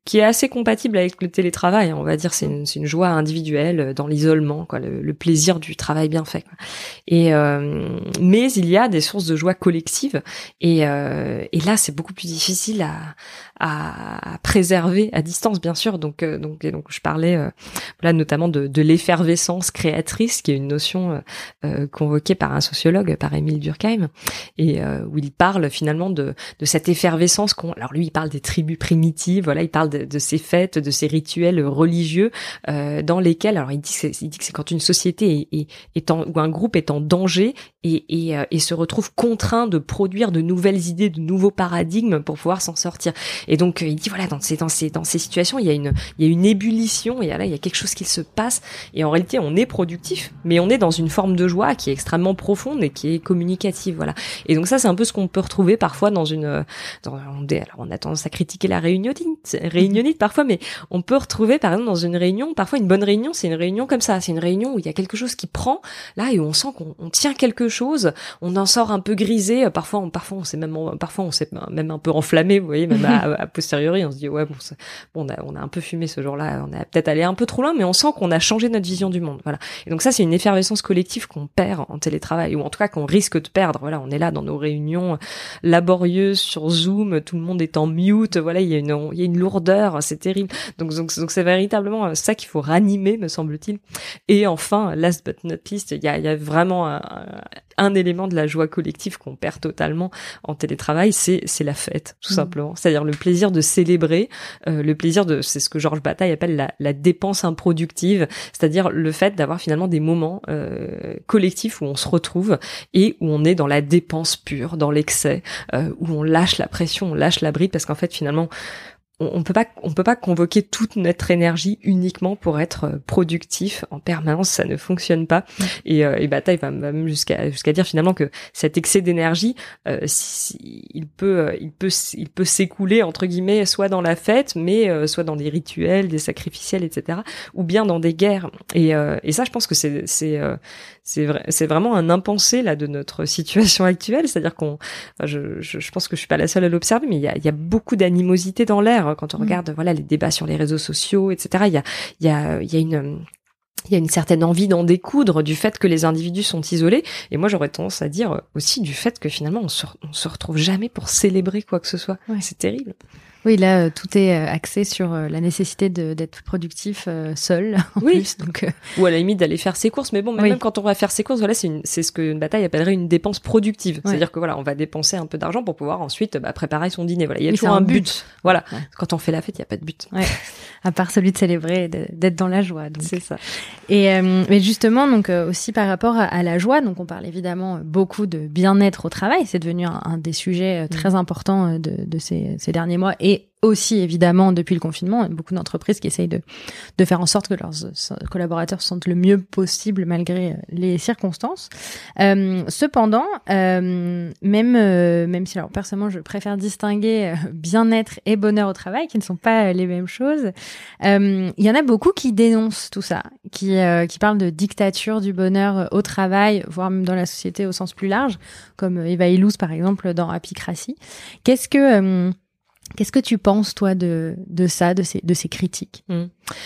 qui est assez compatible avec le télétravail. On va dire c'est une, c'est une joie individuelle dans l'isolement, quoi, le, le plaisir du travail bien fait, quoi. Et euh, mais il y a des sources de joie collective et, euh, et là c'est beaucoup plus difficile à, à, à préserver à distance, bien sûr. Donc euh, donc et donc je parlais euh, voilà notamment de, de l'effervescence créatrice, qui est une notion euh, convoquée par un sociologue, par Émile Durkheim, et euh, où il parle finalement de de cette effervescence qu'on. Alors lui il parle des tribus primitives, voilà, il parle de, de ces fêtes, de ces rituels religieux euh, dans lesquels, alors il dit que c'est, il dit que c'est quand une société est, est, est en, ou un groupe est en danger et, et, euh, et se retrouve contraint de produire de nouvelles idées, de nouveaux paradigmes pour pouvoir s'en sortir. Et donc il dit voilà, dans ces dans ces dans ces situations il y a une il y a une ébullition, et là il y a quelque chose qui se passe, et en réalité on est productif, mais on est dans une forme de joie qui est extrêmement profonde et qui est communicative, voilà. Et donc ça c'est un peu ce qu'on peut retrouver parfois dans une dans alors on a tendance à critiquer la réunionnite, réunionnite parfois, mais on peut retrouver par exemple dans une réunion, parfois une bonne réunion, c'est une réunion comme ça, c'est une réunion où il y a quelque chose qui prend là et où on sent qu'on on tient quelque chose, on en sort un peu grisé, parfois on parfois on s'est même parfois on s'est même un peu enflammé, vous voyez, même à, à posteriori on se dit ouais bon, bon on a on a un peu fumé ce jour-là, on a peut-être allé un peu trop loin, mais on sent qu'on a changé notre vision du monde, voilà. Et donc ça c'est une effervescence collective qu'on perd en télétravail, ou en tout cas qu'on risque de perdre, voilà. On est là dans nos réunions laborieuses sur Zoom, tout le monde est en mute, voilà, il y a une il y a une lourdeur, c'est terrible. Donc donc donc c'est véritablement ça qu'il faut ranimer, me semble-t-il. Et enfin, last but not least, il y a il y a vraiment un, un élément de la joie collective qu'on perd totalement en télétravail, c'est c'est la fête, tout mmh. simplement. C'est-à-dire le plaisir de célébrer, euh, le plaisir de, c'est ce que Georges Bataille appelle la, la dépense improductive, c'est-à-dire le fait d'avoir finalement des moments euh, collectifs où on se retrouve et où on est dans la dépense pure, dans l'excès, euh, où on lâche la pression, on lâche la bride, parce qu'en fait finalement on, on peut pas on peut pas convoquer toute notre énergie uniquement pour être productif en permanence, ça ne fonctionne pas. Et, euh, et Bataille va même jusqu'à jusqu'à dire finalement que cet excès d'énergie, euh, si, si, il peut il peut il peut s'écouler entre guillemets soit dans la fête, mais euh, soit dans des rituels, des sacrificiels, et cetera, ou bien dans des guerres. Et, euh, et ça, je pense que c'est c'est euh, c'est vrai, c'est vraiment un impensé là de notre situation actuelle, c'est-à-dire qu'on, enfin, je, je je pense que je suis pas la seule à l'observer, mais il y a il y a beaucoup d'animosité dans l'air quand on mmh. regarde voilà les débats sur les réseaux sociaux, et cetera. Il y a il y a il y a une il y a une certaine envie d'en découdre du fait que les individus sont isolés, et moi j'aurais tendance à dire aussi du fait que finalement on se on se retrouve jamais pour célébrer quoi que ce soit. Ouais. C'est terrible. Oui, là, euh, tout est euh, axé sur euh, la nécessité de, d'être productif euh, seul, en oui. plus. Donc, euh... Ou à la limite d'aller faire ses courses. Mais bon, même, oui. même quand on va faire ses courses, voilà, c'est, une, c'est ce que Bataille appellerait une dépense productive. Ouais. C'est-à-dire que voilà, on va dépenser un peu d'argent pour pouvoir ensuite bah, préparer son dîner. Voilà, il y a oui, toujours un but. but. Voilà. Ouais. Quand on fait la fête, il y a pas de but. Ouais. À part celui de célébrer et de, d'être dans la joie. Donc. C'est ça. Et euh, mais justement, donc euh, aussi par rapport à, à la joie, donc on parle évidemment beaucoup de bien-être au travail. C'est devenu un, un des sujets euh, très mmh. importants de, de ces, ces derniers mois, et aussi évidemment depuis le confinement, beaucoup d'entreprises qui essayent de de faire en sorte que leurs collaborateurs se sentent le mieux possible malgré les circonstances. Euh, cependant, euh, même euh, même si alors personnellement je préfère distinguer bien-être et bonheur au travail, qui ne sont pas les mêmes choses. Euh, il y en a beaucoup qui dénoncent tout ça, qui euh, qui parlent de dictature du bonheur au travail, voire même dans la société au sens plus large, comme Eva Illouz par exemple dans Apicratie. Qu'est-ce que euh, Qu'est-ce que tu penses, toi, de, de ça, de ces, de ces critiques? mmh.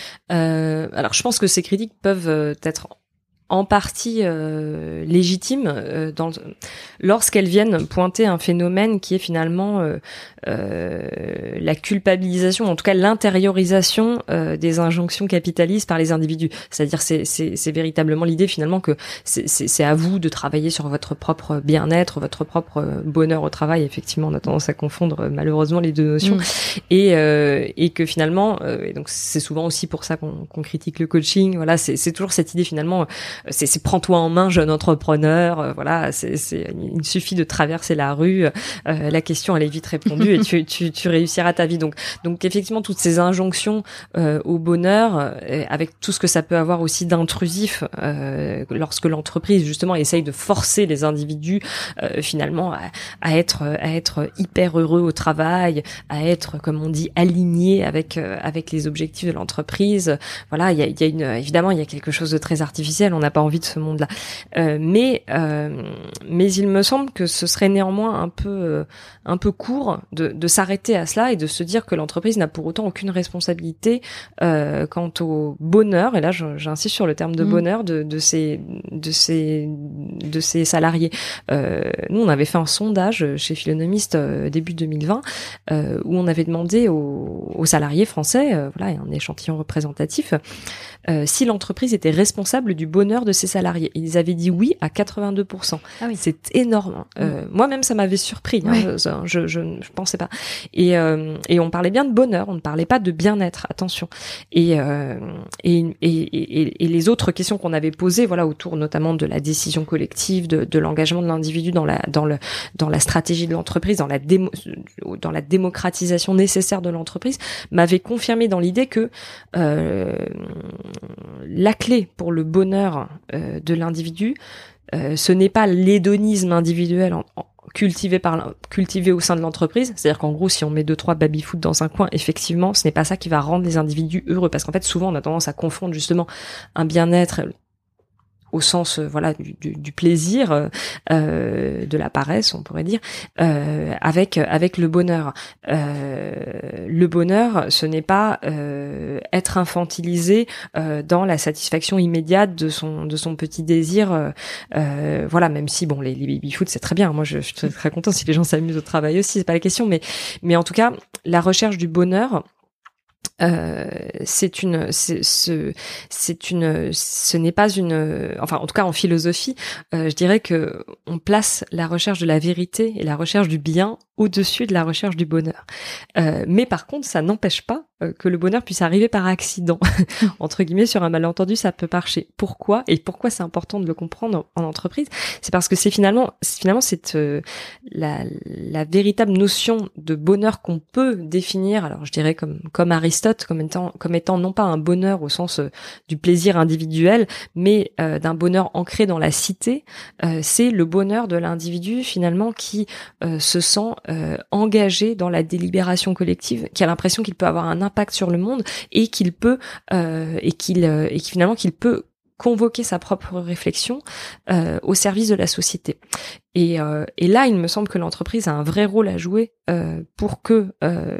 euh, Alors, je pense que ces critiques peuvent être en partie euh, légitimes euh, dans le, lorsqu'elles viennent pointer un phénomène qui est finalement euh, euh, la culpabilisation, en tout cas l'intériorisation euh, des injonctions capitalistes par les individus. C'est-à-dire c'est c'est c'est véritablement l'idée finalement que c'est c'est c'est à vous de travailler sur votre propre bien-être, votre propre bonheur au travail. Effectivement, on a tendance à confondre malheureusement les deux notions, mmh. et euh, et que finalement euh, et donc c'est souvent aussi pour ça qu'on qu'on critique le coaching. Voilà, c'est c'est toujours cette idée finalement. C'est, c'est prends-toi en main, jeune entrepreneur. Euh, voilà, c'est, c'est, il suffit de traverser la rue. Euh, la question, elle est vite répondue et tu, tu, tu réussiras ta vie. Donc, donc effectivement, toutes ces injonctions euh, au bonheur, euh, avec tout ce que ça peut avoir aussi d'intrusif, euh, lorsque l'entreprise justement essaye de forcer les individus euh, finalement à, à être, à être hyper heureux au travail, à être, comme on dit, alignés avec, euh, avec les objectifs de l'entreprise. Voilà, il y a, il y a une, évidemment, il y a quelque chose de très artificiel. On n'a pas envie de ce monde-là. Euh, mais euh, mais il me semble que ce serait néanmoins un peu euh, un peu court de, de s'arrêter à cela et de se dire que l'entreprise n'a pour autant aucune responsabilité euh, quant au bonheur. Et là, je, j'insiste sur le terme de bonheur de, de ses de ses de ses salariés. Euh, nous, on avait fait un sondage chez Philonomiste euh, début deux mille vingt euh, où on avait demandé aux, aux salariés français, euh, voilà, un échantillon représentatif, euh, si l'entreprise était responsable du bonheur de ses salariés. Ils avaient dit oui à quatre-vingt-deux pour cent. Ah oui. C'est énorme. Mmh. Euh, moi-même, ça m'avait surpris. Hein, ouais. je, je, je, je pensais pas. Et, euh, et on parlait bien de bonheur, on ne parlait pas de bien-être. Attention. Et, euh, et, et, et, et les autres questions qu'on avait posées, voilà, autour notamment de la décision collective, de, de l'engagement de l'individu dans la, dans le, dans la stratégie de l'entreprise, dans la démo, dans la démocratisation nécessaire de l'entreprise, m'avait confirmé dans l'idée que euh, la clé pour le bonheur euh, de l'individu, euh, ce n'est pas l'hédonisme individuel en, en, cultivé par cultivé au sein de l'entreprise. C'est-à-dire qu'en gros, si on met deux trois baby-foot dans un coin, effectivement, ce n'est pas ça qui va rendre les individus heureux, parce qu'en fait, souvent, on a tendance à confondre justement un bien-être au sens euh, voilà du, du, du plaisir, euh, de la paresse, on pourrait dire, euh, avec avec le bonheur. Euh, le bonheur, ce n'est pas euh, être infantilisé euh, dans la satisfaction immédiate de son de son petit désir. Euh, euh, voilà, même si bon les, les baby-foot c'est très bien. Moi, je, je suis très, très content si les gens s'amusent au travail aussi. C'est pas la question, mais mais en tout cas, la recherche du bonheur. Euh, c'est une, c'est, ce, c'est une, ce n'est pas une, enfin, en tout cas en philosophie, euh, je dirais que on place la recherche de la vérité et la recherche du bien au-dessus de la recherche du bonheur. Euh, mais par contre, ça n'empêche pas euh, que le bonheur puisse arriver par accident. Entre guillemets, sur un malentendu, ça peut marcher. Pourquoi ? Et pourquoi c'est important de le comprendre en entreprise ? C'est parce que c'est finalement, c'est finalement cette euh, la, la véritable notion de bonheur qu'on peut définir. Alors, je dirais comme comme Aristote, comme étant comme étant non pas un bonheur au sens euh, du plaisir individuel, mais euh, d'un bonheur ancré dans la cité. Euh, c'est le bonheur de l'individu finalement qui euh, se sent Euh, engagé dans la délibération collective, qui a l'impression qu'il peut avoir un impact sur le monde et qu'il peut euh, et qu'il euh, et qu'il, finalement qu'il peut convoquer sa propre réflexion euh, au service de la société. Et, euh, et là, il me semble que l'entreprise a un vrai rôle à jouer euh, pour que euh,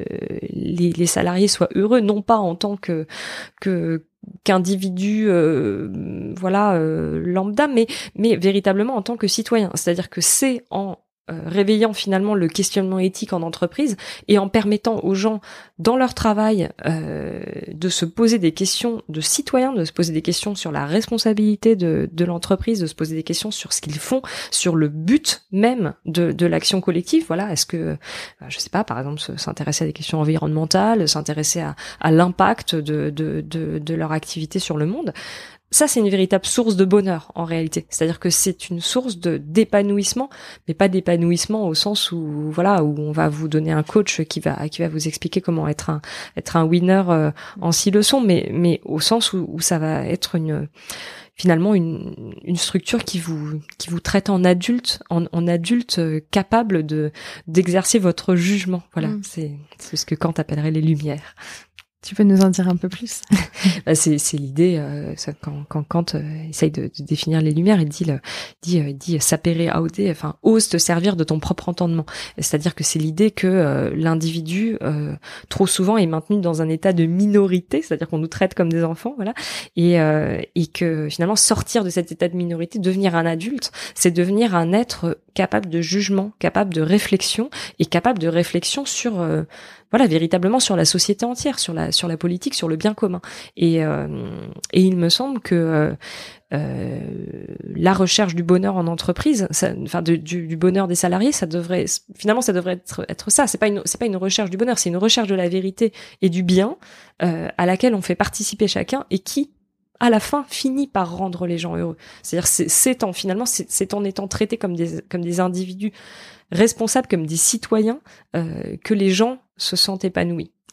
les, les salariés soient heureux, non pas en tant que que qu'individu euh, voilà euh, lambda, mais mais véritablement en tant que citoyen. C'est-à-dire que c'est en Euh, réveillant finalement le questionnement éthique en entreprise et en permettant aux gens dans leur travail euh, de se poser des questions de citoyens, de se poser des questions sur la responsabilité de, de l'entreprise, de se poser des questions sur ce qu'ils font, sur le but même de, de l'action collective. Voilà, est-ce que, je sais pas, par exemple, s'intéresser à des questions environnementales, s'intéresser à, à l'impact de, de, de, de leur activité sur le monde. Ça, c'est une véritable source de bonheur, en réalité. C'est-à-dire que c'est une source de d'épanouissement, mais pas d'épanouissement au sens où, voilà, où on va vous donner un coach qui va qui va vous expliquer comment être un être un winner euh, en six leçons, mais mais au sens où, où ça va être une finalement une une structure qui vous qui vous traite en adulte, en, en adulte euh, capable de d'exercer votre jugement. Voilà, mmh. c'est c'est ce que Kant appellerait les lumières. Tu peux nous en dire un peu plus ? Bah c'est c'est l'idée euh, ça, quand quand Kant euh, essaye de, de définir les lumières, il dit le dit euh, dit sapere aude, enfin ose te servir de ton propre entendement. C'est-à-dire que c'est l'idée que euh, l'individu euh, trop souvent est maintenu dans un état de minorité, c'est-à-dire qu'on nous traite comme des enfants, voilà, et euh, et que finalement sortir de cet état de minorité, devenir un adulte, c'est devenir un être capable de jugement, capable de réflexion et capable de réflexion sur euh, voilà, véritablement sur la société entière, sur la sur la politique, sur le bien commun. Et euh, et il me semble que euh, euh, la recherche du bonheur en entreprise, ça, enfin de, du, du bonheur des salariés, ça devrait finalement ça devrait être être ça. C'est pas une c'est pas une recherche du bonheur, c'est une recherche de la vérité et du bien euh, à laquelle on fait participer chacun et qui à la fin finit par rendre les gens heureux. C'est-à-dire c'est c'est en finalement c'est c'est en étant traités comme des comme des individus responsables, comme des citoyens euh, que les gens se sentent épanouis.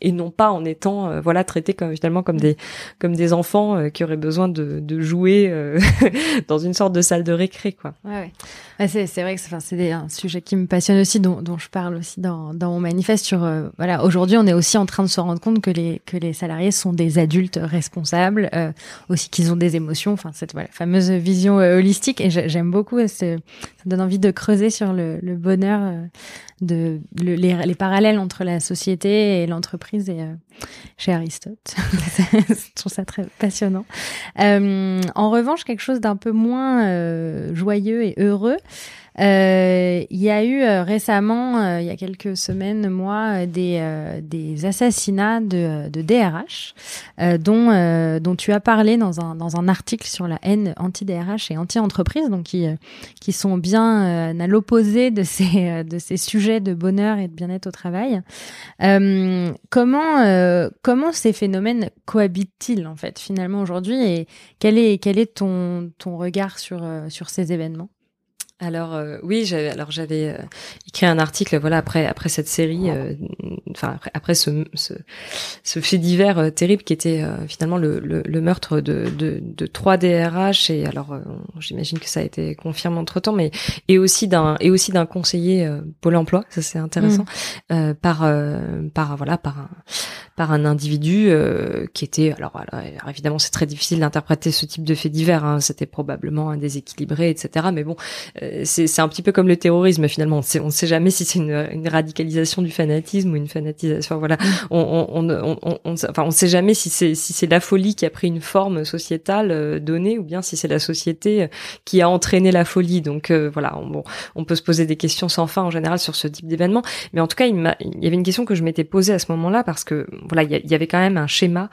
et non pas en étant euh, voilà traités comme finalement comme des comme des enfants euh, qui auraient besoin de de jouer euh, dans une sorte de salle de récré, quoi. Ouais, ouais. Ouais, c'est c'est vrai que c'est enfin c'est des, un sujet qui me passionne aussi, dont dont je parle aussi dans dans mon manifeste sur euh, voilà, aujourd'hui on est aussi en train de se rendre compte que les que les salariés sont des adultes responsables, euh, aussi qu'ils ont des émotions, enfin cette voilà fameuse vision euh, holistique, et j'aime beaucoup, euh, ça donne envie de creuser sur le le bonheur, euh, de le, les les parallèles entre la société et l'entreprise, et euh, chez Aristote. Je trouve ça très passionnant. Euh, en revanche, quelque chose d'un peu moins euh, joyeux et heureux. Euh, il y a eu euh, récemment, euh, il y a quelques semaines, mois, euh, des euh, des assassinats de, de D R H, euh, dont euh, dont tu as parlé dans un dans un article sur la haine anti-D R H et anti-entreprise, donc qui euh, qui sont bien euh, à l'opposé de ces euh, de ces sujets de bonheur et de bien-être au travail. Euh, comment euh, comment ces phénomènes cohabitent-ils en fait finalement aujourd'hui, et quel est quel est ton ton regard sur euh, sur ces événements? Alors euh, oui, j'avais alors j'avais euh, écrit un article, voilà, après après cette série, euh, enfin après, après ce, ce ce fait divers euh, terrible qui était euh, finalement le, le le meurtre de de de trois D R H, et alors euh, j'imagine que ça a été confirmé entre-temps, mais et aussi d'un et aussi d'un conseiller euh, Pôle emploi, ça c'est intéressant, mmh. euh, par euh, par voilà par un par un individu euh, qui était alors, alors évidemment c'est très difficile d'interpréter ce type de fait divers, hein, c'était probablement un déséquilibré, et cetera, mais bon, euh, c'est c'est un petit peu comme le terrorisme finalement, on sait on sait jamais si c'est une, une radicalisation du fanatisme ou une fanatisation, voilà, on on on, on, on enfin on sait jamais si c'est si c'est la folie qui a pris une forme sociétale euh, donnée, ou bien si c'est la société qui a entraîné la folie. Donc euh, voilà, on, bon, on peut se poser des questions sans fin en général sur ce type d'événement, mais en tout cas il m'a il y avait une question que je m'étais posée à ce moment-là, parce que voilà, il y, y avait quand même un schéma,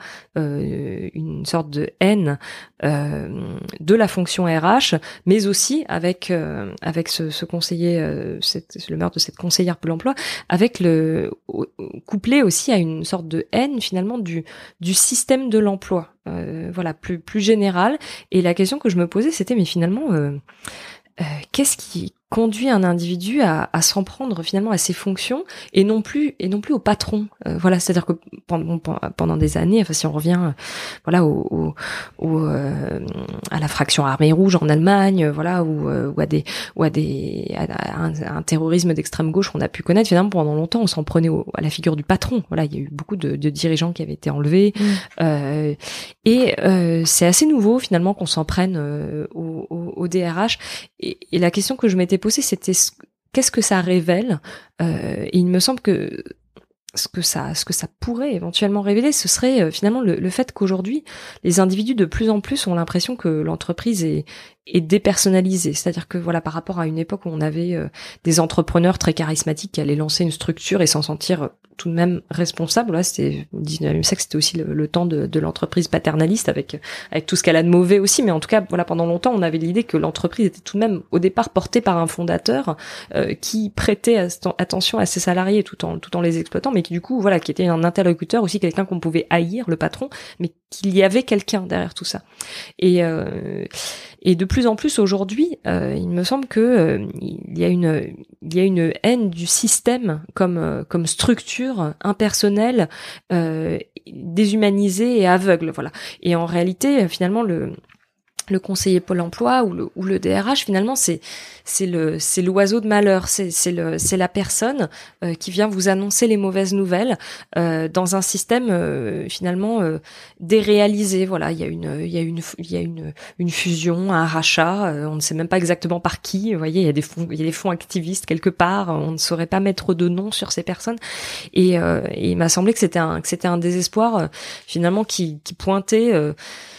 euh, une sorte de haine euh, de la fonction R H, mais aussi avec euh, avec ce, ce conseiller, euh, cette, le meurtre de cette conseillère Pôle emploi, avec le couplé aussi à une sorte de haine finalement du du système de l'emploi, euh, voilà, plus plus général. Et la question que je me posais, c'était mais finalement euh, euh, qu'est-ce qui conduit un individu à, à s'en prendre finalement à ses fonctions, et non plus et non plus au patron. Euh, voilà, c'est-à-dire que pendant pendant des années, enfin si on revient, euh, voilà, au, au, au euh, à la fraction armée rouge en Allemagne, euh, voilà, ou, euh, ou à des ou à des à, à un, à un terrorisme d'extrême gauche qu'on a pu connaître, finalement pendant longtemps on s'en prenait au, à la figure du patron. Voilà, il y a eu beaucoup de, de dirigeants qui avaient été enlevés, mmh. euh, et euh, c'est assez nouveau finalement qu'on s'en prenne euh, au, au, au D R H. Et, et la question que je m'étais posée, c'était qu'est-ce que ça révèle, euh, et il me semble que ce que ça, ce que ça pourrait éventuellement révéler, ce serait euh, finalement le, le fait qu'aujourd'hui, les individus de plus en plus ont l'impression que l'entreprise est, est dépersonnalisée. C'est-à-dire que voilà, par rapport à une époque où on avait euh, des entrepreneurs très charismatiques qui allaient lancer une structure et s'en sentir euh, tout de même responsables. Là, c'était au dix-neuvième siècle, c'était aussi le, le temps de, de l'entreprise paternaliste, avec avec tout ce qu'elle a de mauvais aussi. Mais en tout cas, voilà, pendant longtemps, on avait l'idée que l'entreprise était tout de même au départ portée par un fondateur euh, qui prêtait attention à ses salariés tout en tout en les exploitant, mais qui du coup, voilà, qui était un interlocuteur aussi, quelqu'un qu'on pouvait haïr, le patron, mais qu'il y avait quelqu'un derrière tout ça. Et euh, et de plus en plus aujourd'hui, euh, il me semble que euh, il y a une il y a une haine du système comme euh, comme structure impersonnelle, euh, déshumanisée et aveugle, voilà. Et en réalité, finalement, le le conseiller Pôle emploi ou le ou le D R H, finalement, c'est c'est le c'est l'oiseau de malheur, c'est c'est le c'est la personne euh, qui vient vous annoncer les mauvaises nouvelles euh, dans un système euh, finalement euh, déréalisé. Voilà, il y a une il y a une il y a une une fusion, un rachat, euh, on ne sait même pas exactement par qui. Vous voyez, il y a des fonds il y a des fonds activistes quelque part, on ne saurait pas mettre de nom sur ces personnes. Et, euh, et il m'a semblé que c'était un que c'était un désespoir euh, finalement qui qui pointait euh,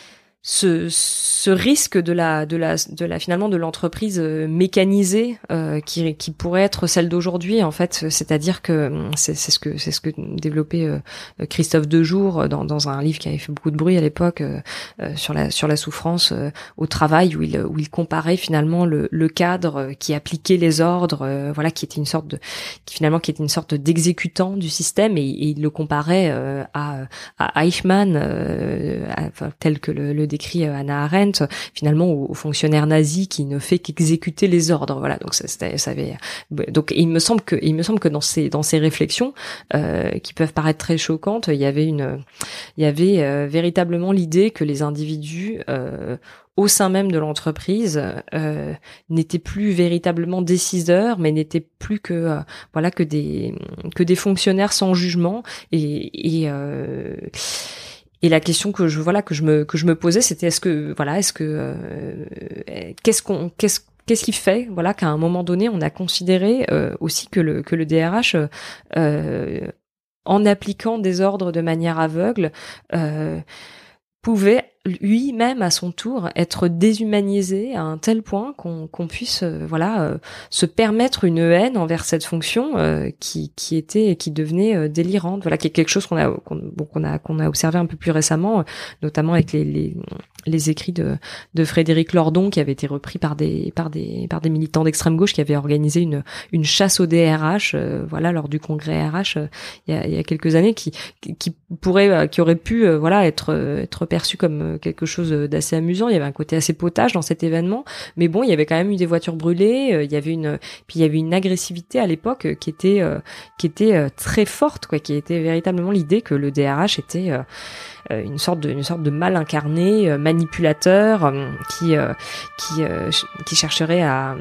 ce ce risque de la de la de la finalement de l'entreprise euh, mécanisée euh, qui qui pourrait être celle d'aujourd'hui, en fait, c'est-à-dire que c'est c'est ce que c'est ce que développait euh, Christophe Dejour dans dans un livre qui avait fait beaucoup de bruit à l'époque euh, euh, sur la sur la souffrance euh, au travail, où il où il comparait finalement le le cadre qui appliquait les ordres, euh, voilà, qui était une sorte de qui finalement qui était une sorte d'exécutant du système, et, et il le comparait euh, à à Eichmann, euh, à, enfin, tel que le, le décrit Hannah Arendt, finalement au, au fonctionnaire nazi qui ne fait qu'exécuter les ordres. Voilà, donc ça, ça, ça avait, donc il me semble que, il me semble que dans ces dans ces réflexions euh, qui peuvent paraître très choquantes, il y avait une, il y avait euh, véritablement l'idée que les individus euh, au sein même de l'entreprise euh, n'étaient plus véritablement décideurs, mais n'étaient plus que euh, voilà que des que des fonctionnaires sans jugement et et euh, et la question que je voilà que je me que je me posais, c'était est-ce que voilà est-ce que euh, qu'est-ce qu'on qu'est-ce Qu'est-ce qui fait, voilà, qu'à un moment donné, on a considéré euh, aussi que le que le D R H, euh, en appliquant des ordres de manière aveugle, euh, pouvait lui-même à son tour être déshumanisé à un tel point qu'on qu'on puisse euh, voilà euh, se permettre une haine envers cette fonction euh, qui qui était qui devenait euh, délirante, voilà, qui est quelque chose qu'on a qu'on, bon, qu'on a qu'on a observé un peu plus récemment, notamment avec les les les écrits de de Frédéric Lordon qui avaient été repris par des par des par des militants d'extrême gauche qui avaient organisé une une chasse au D R H euh, voilà lors du congrès R H euh, il y a il y a quelques années qui qui, qui pourrait euh, qui aurait pu euh, voilà être euh, être perçu comme quelque chose d'assez amusant. Il y avait un côté assez potage dans cet événement, mais bon, il y avait quand même eu des voitures brûlées, euh, il y avait une puis il y avait une agressivité à l'époque euh, qui était euh, qui était euh, très forte, quoi, qui était véritablement l'idée que le D R H était euh, une sorte de une sorte de mal incarné, euh, manipulateur euh, qui euh, qui euh, qui chercherait à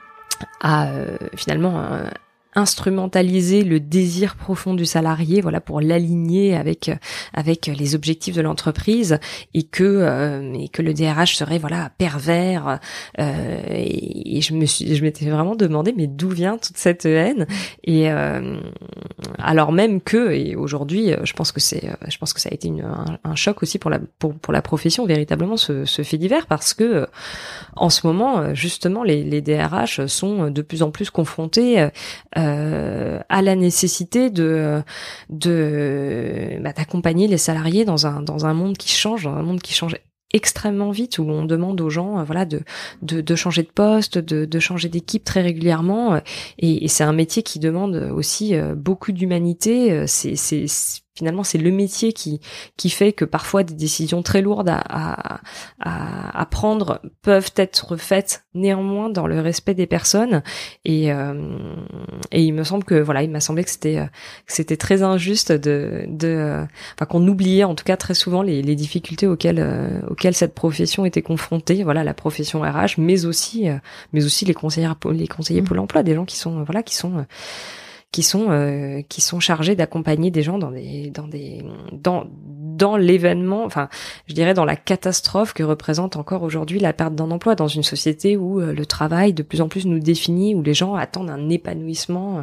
à euh, finalement euh, instrumentaliser le désir profond du salarié, voilà, pour l'aligner avec avec les objectifs de l'entreprise, et que euh, et que le D R H serait voilà pervers euh, et, et je me suis je m'étais vraiment demandé mais d'où vient toute cette haine, et euh, alors même que et aujourd'hui je pense que c'est je pense que ça a été une, un, un choc aussi pour la pour pour la profession véritablement ce, ce fait divers, parce que en ce moment justement les les D R H sont de plus en plus confrontés Euh, à la nécessité de de bah, d'accompagner les salariés dans un dans un monde qui change, dans un monde qui change extrêmement vite, où on demande aux gens euh, voilà de de de changer de poste, de de changer d'équipe très régulièrement, et, et c'est un métier qui demande aussi euh, beaucoup d'humanité. C'est c'est finalement c'est le métier qui qui fait que parfois des décisions très lourdes à à à, à prendre peuvent être faites néanmoins dans le respect des personnes, et euh, et il me semble que voilà il m'a semblé que c'était que c'était très injuste de de enfin qu'on oubliait en tout cas très souvent les les difficultés auxquelles euh, auxquelles cette profession était confrontée, voilà, la profession R H, mais aussi euh, mais aussi les conseillers les conseillers Pôle emploi, des gens qui sont voilà qui sont qui sont euh, qui sont chargés d'accompagner des gens dans des dans des dans dans l'événement, enfin je dirais dans la catastrophe que représente encore aujourd'hui la perte d'un emploi dans une société où euh, le travail de plus en plus nous définit, où les gens attendent un épanouissement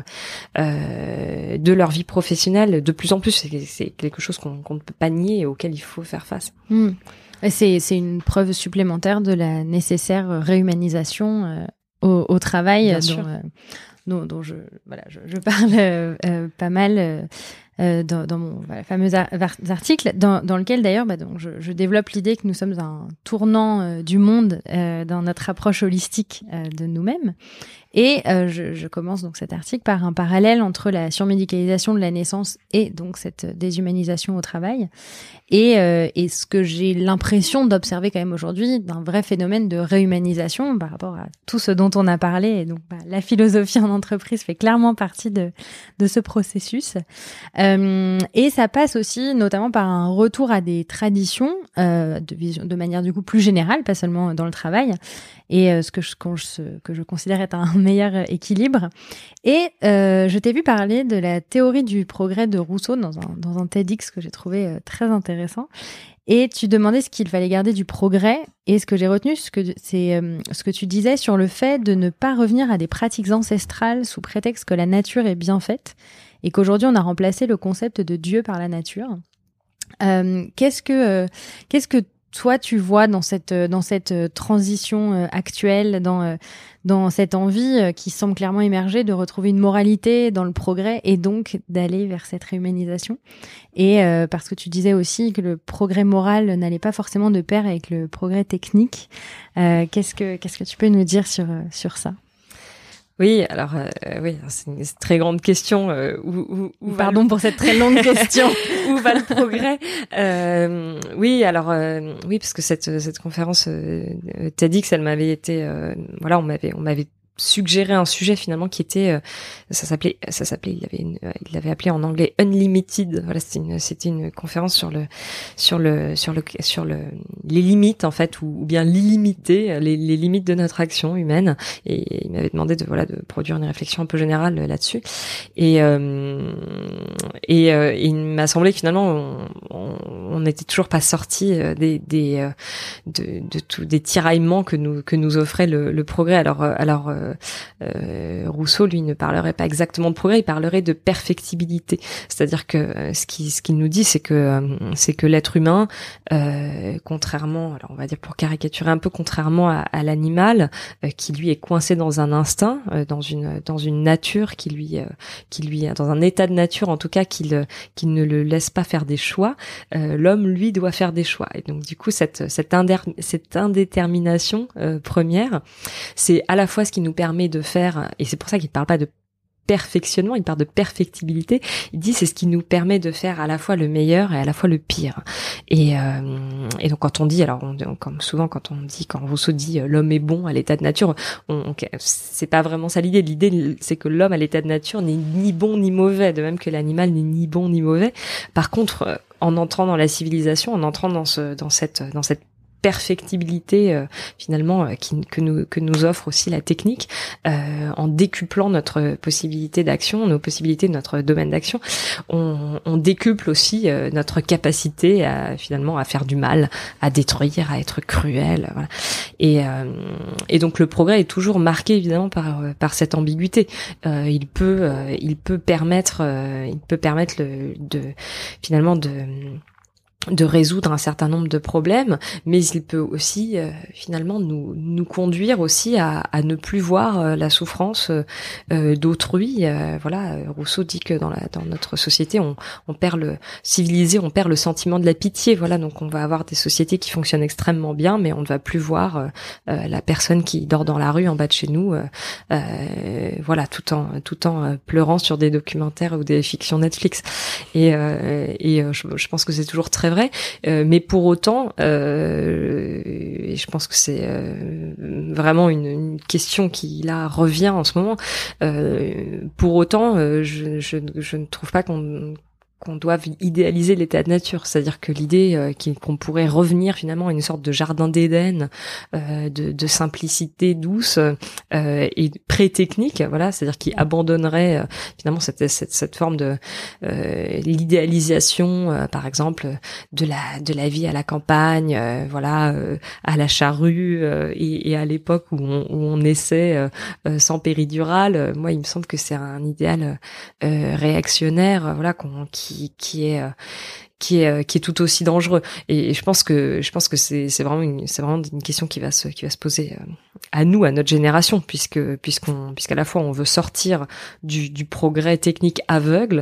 euh, de leur vie professionnelle de plus en plus. C'est, c'est quelque chose qu'on, qu'on ne peut pas nier et auquel il faut faire face. Mmh. Et c'est c'est une preuve supplémentaire de la nécessaire réhumanisation euh, au, au travail. Bien dont, sûr. Euh, dont, dont je, voilà, je, je parle euh, euh, pas mal euh, euh, dans, dans mon voilà, fameux ar- article, dans, dans lequel d'ailleurs bah, donc je, je développe l'idée que nous sommes à un tournant euh, du monde euh, dans notre approche holistique euh, de nous-mêmes. Et euh, je, je commence donc cet article par un parallèle entre la surmédicalisation de la naissance et donc cette déshumanisation au travail. Et, euh, et ce que j'ai l'impression d'observer quand même aujourd'hui, d'un vrai phénomène de réhumanisation par rapport à tout ce dont on a parlé. Et donc, bah, la philosophie en entreprise fait clairement partie de, de ce processus. Euh, et ça passe aussi notamment par un retour à des traditions euh, de vision, de manière du coup plus générale, pas seulement dans le travail. Et euh, ce que je, ce que je considère être un meilleur équilibre. Et euh, je t'ai vu parler de la théorie du progrès de Rousseau dans un, dans un TEDx que j'ai trouvé euh, très intéressant. Et tu demandais ce qu'il fallait garder du progrès. Et ce que j'ai retenu, ce que, c'est euh, ce que tu disais sur le fait de ne pas revenir à des pratiques ancestrales sous prétexte que la nature est bien faite et qu'aujourd'hui on a remplacé le concept de Dieu par la nature. Euh, qu'est-ce que euh, qu'est-ce que toi tu vois dans cette dans cette transition actuelle, dans dans cette envie qui semble clairement émerger de retrouver une moralité dans le progrès et donc d'aller vers cette réhumanisation? Et euh, parce que tu disais aussi que le progrès moral n'allait pas forcément de pair avec le progrès technique. Euh, qu'est-ce que qu'est-ce que tu peux nous dire sur sur ça? Oui, alors euh, oui, c'est une très grande question. Euh, où, où, où Pardon le... pour cette très longue question. Où va le progrès? euh, Oui, alors euh, oui, parce que cette cette conférence euh, TEDx, elle m'avait été, euh, voilà, on m'avait on m'avait suggéré un sujet finalement qui était, euh, ça s'appelait, ça s'appelait, il avait une, il l'avait appelé en anglais Unlimited. Voilà, c'était une, c'était une conférence sur le, sur le, sur le, sur le, les limites en fait, ou, ou bien l'illimité, les, les limites de notre action humaine. Et il m'avait demandé de, voilà, de produire une réflexion un peu générale là-dessus. Et euh, et, euh, et il m'a semblé que finalement, on, on, on n'était toujours pas sorti des, des, de, de tout, des tiraillements que nous, que nous offrait le, le progrès. Alors, alors. Euh, Rousseau, lui, ne parlerait pas exactement de progrès, il parlerait de perfectibilité. C'est-à-dire que euh, ce qui ce qu'il nous dit, c'est que euh, c'est que l'être humain, euh, contrairement, alors on va dire pour caricaturer un peu, contrairement à, à l'animal, euh, qui lui est coincé dans un instinct, euh, dans une dans une nature qui lui euh, qui lui dans un état de nature en tout cas qu'il qu'il ne le laisse pas faire des choix. Euh, l'homme, lui, doit faire des choix. Et donc du coup, cette cette, indé- cette indétermination euh, première, c'est à la fois ce qui nous permet de faire, et c'est pour ça qu'il ne parle pas de perfectionnement, il parle de perfectibilité. Il dit c'est ce qui nous permet de faire à la fois le meilleur et à la fois le pire. Et, euh, et donc quand on dit, alors on, comme souvent quand on dit, quand Rousseau dit euh, l'homme est bon à l'état de nature, on, on, c'est pas vraiment ça l'idée. L'idée c'est que l'homme à l'état de nature n'est ni bon ni mauvais, de même que l'animal n'est ni bon ni mauvais. Par contre, euh, en entrant dans la civilisation, en entrant dans ce, dans cette, dans cette perfectibilité euh, finalement euh, qui, que nous que nous offre aussi la technique, euh, en décuplant notre possibilité d'action, nos possibilités de notre domaine d'action, on, on décuple aussi euh, notre capacité à finalement à faire du mal, à détruire, à être cruel, voilà. Et euh, et donc le progrès est toujours marqué évidemment par par cette ambiguïté. Euh, il peut euh, il peut permettre euh, il peut permettre le, de finalement de de résoudre un certain nombre de problèmes, mais il peut aussi euh, finalement nous nous conduire aussi à, à ne plus voir euh, la souffrance euh, d'autrui. Euh, voilà, Rousseau dit que dans la dans notre société, on on perd le civilisé, on perd le sentiment de la pitié. Voilà, donc on va avoir des sociétés qui fonctionnent extrêmement bien, mais on ne va plus voir euh, euh, la personne qui dort dans la rue en bas de chez nous, euh, euh, voilà, tout en tout en euh, pleurant sur des documentaires ou des fictions Netflix. Et euh, et euh, je, je pense que c'est toujours très vrai, euh, mais pour autant, euh, et je pense que c'est euh, vraiment une, une question qui là revient en ce moment. Euh, pour autant, euh, je, je, je ne trouve pas qu'on qu'on doive idéaliser l'état de nature, c'est-à-dire que l'idée euh, qu'on pourrait revenir finalement à une sorte de jardin d'Éden, euh, de, de simplicité douce euh, et pré-technique, voilà, c'est-à-dire qui abandonnerait euh, finalement cette, cette, cette forme de euh, l'idéalisation, euh, par exemple, de la de la vie à la campagne, euh, voilà, euh, à la charrue euh, et, et à l'époque où on, où on essaie euh, euh, sans péridurale. Euh, moi, il me semble que c'est un idéal euh, réactionnaire, euh, voilà, qu'on qui qui qui est euh, qui est qui est tout aussi dangereux. Et, et je pense que je pense que c'est c'est vraiment une c'est vraiment une question qui va se qui va se poser euh, à nous, à notre génération, puisque puisqu'on puisqu'à la fois on veut sortir du du progrès technique aveugle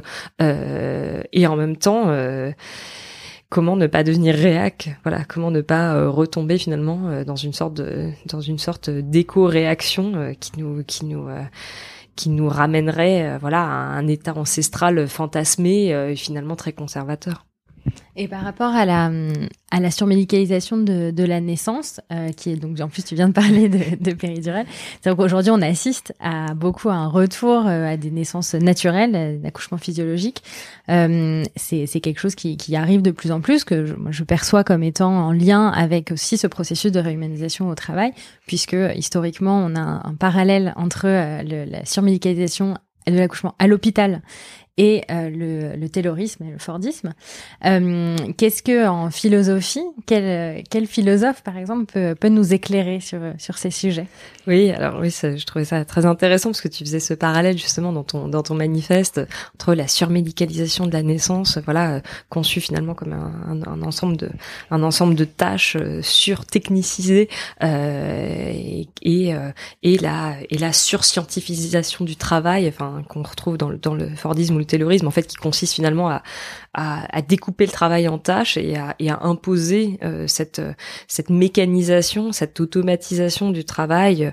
euh, et en même temps euh, comment ne pas devenir réac, voilà, comment ne pas euh, retomber finalement euh, dans une sorte de dans une sorte d'éco-réaction euh, qui nous qui nous euh, qui nous ramènerait euh, voilà à un état ancestral fantasmé euh, et finalement très conservateur. Et par rapport à la à la surmédicalisation de de la naissance, euh, qui est donc en plus tu viens de parler de, de péridurale, c'est-à-dire qu'aujourd'hui on assiste à beaucoup à un retour euh, à des naissances naturelles, d'accouchement physiologique. Euh, c'est c'est quelque chose qui qui arrive de plus en plus, que je, moi je perçois comme étant en lien avec aussi ce processus de réhumanisation au travail, puisque historiquement on a un, un parallèle entre euh, le, la surmédicalisation de l'accouchement à l'hôpital et euh, le, le taylorisme et le fordisme. Euh, qu'est-ce que en philosophie, quel, quel philosophe par exemple peut, peut nous éclairer sur sur ces sujets? Oui, alors oui, ça, je trouvais ça très intéressant parce que tu faisais ce parallèle justement dans ton dans ton manifeste entre la surmédicalisation de la naissance, voilà, conçue finalement comme un, un, un ensemble de un ensemble de tâches euh, surtechnicisées euh, et et, euh, et la et la surscientifisation du travail, enfin qu'on retrouve dans le dans le fordisme ou le du Taylorisme, en fait, qui consiste finalement à, à, à découper le travail en tâches et à, et à imposer euh, cette, cette mécanisation, cette automatisation du travail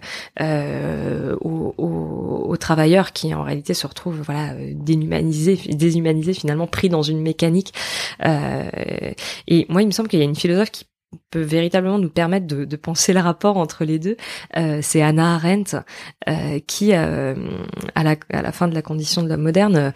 euh, aux, aux, aux travailleurs qui, en réalité, se retrouvent voilà déshumanisés, déshumanisés finalement, pris dans une mécanique. Euh, et moi, il me semble qu'il y a une philosophe qui peut véritablement nous permettre de, de penser le rapport entre les deux. Euh, c'est Hannah Arendt euh, qui, euh, à, la, à la fin de la condition de l'homme moderne,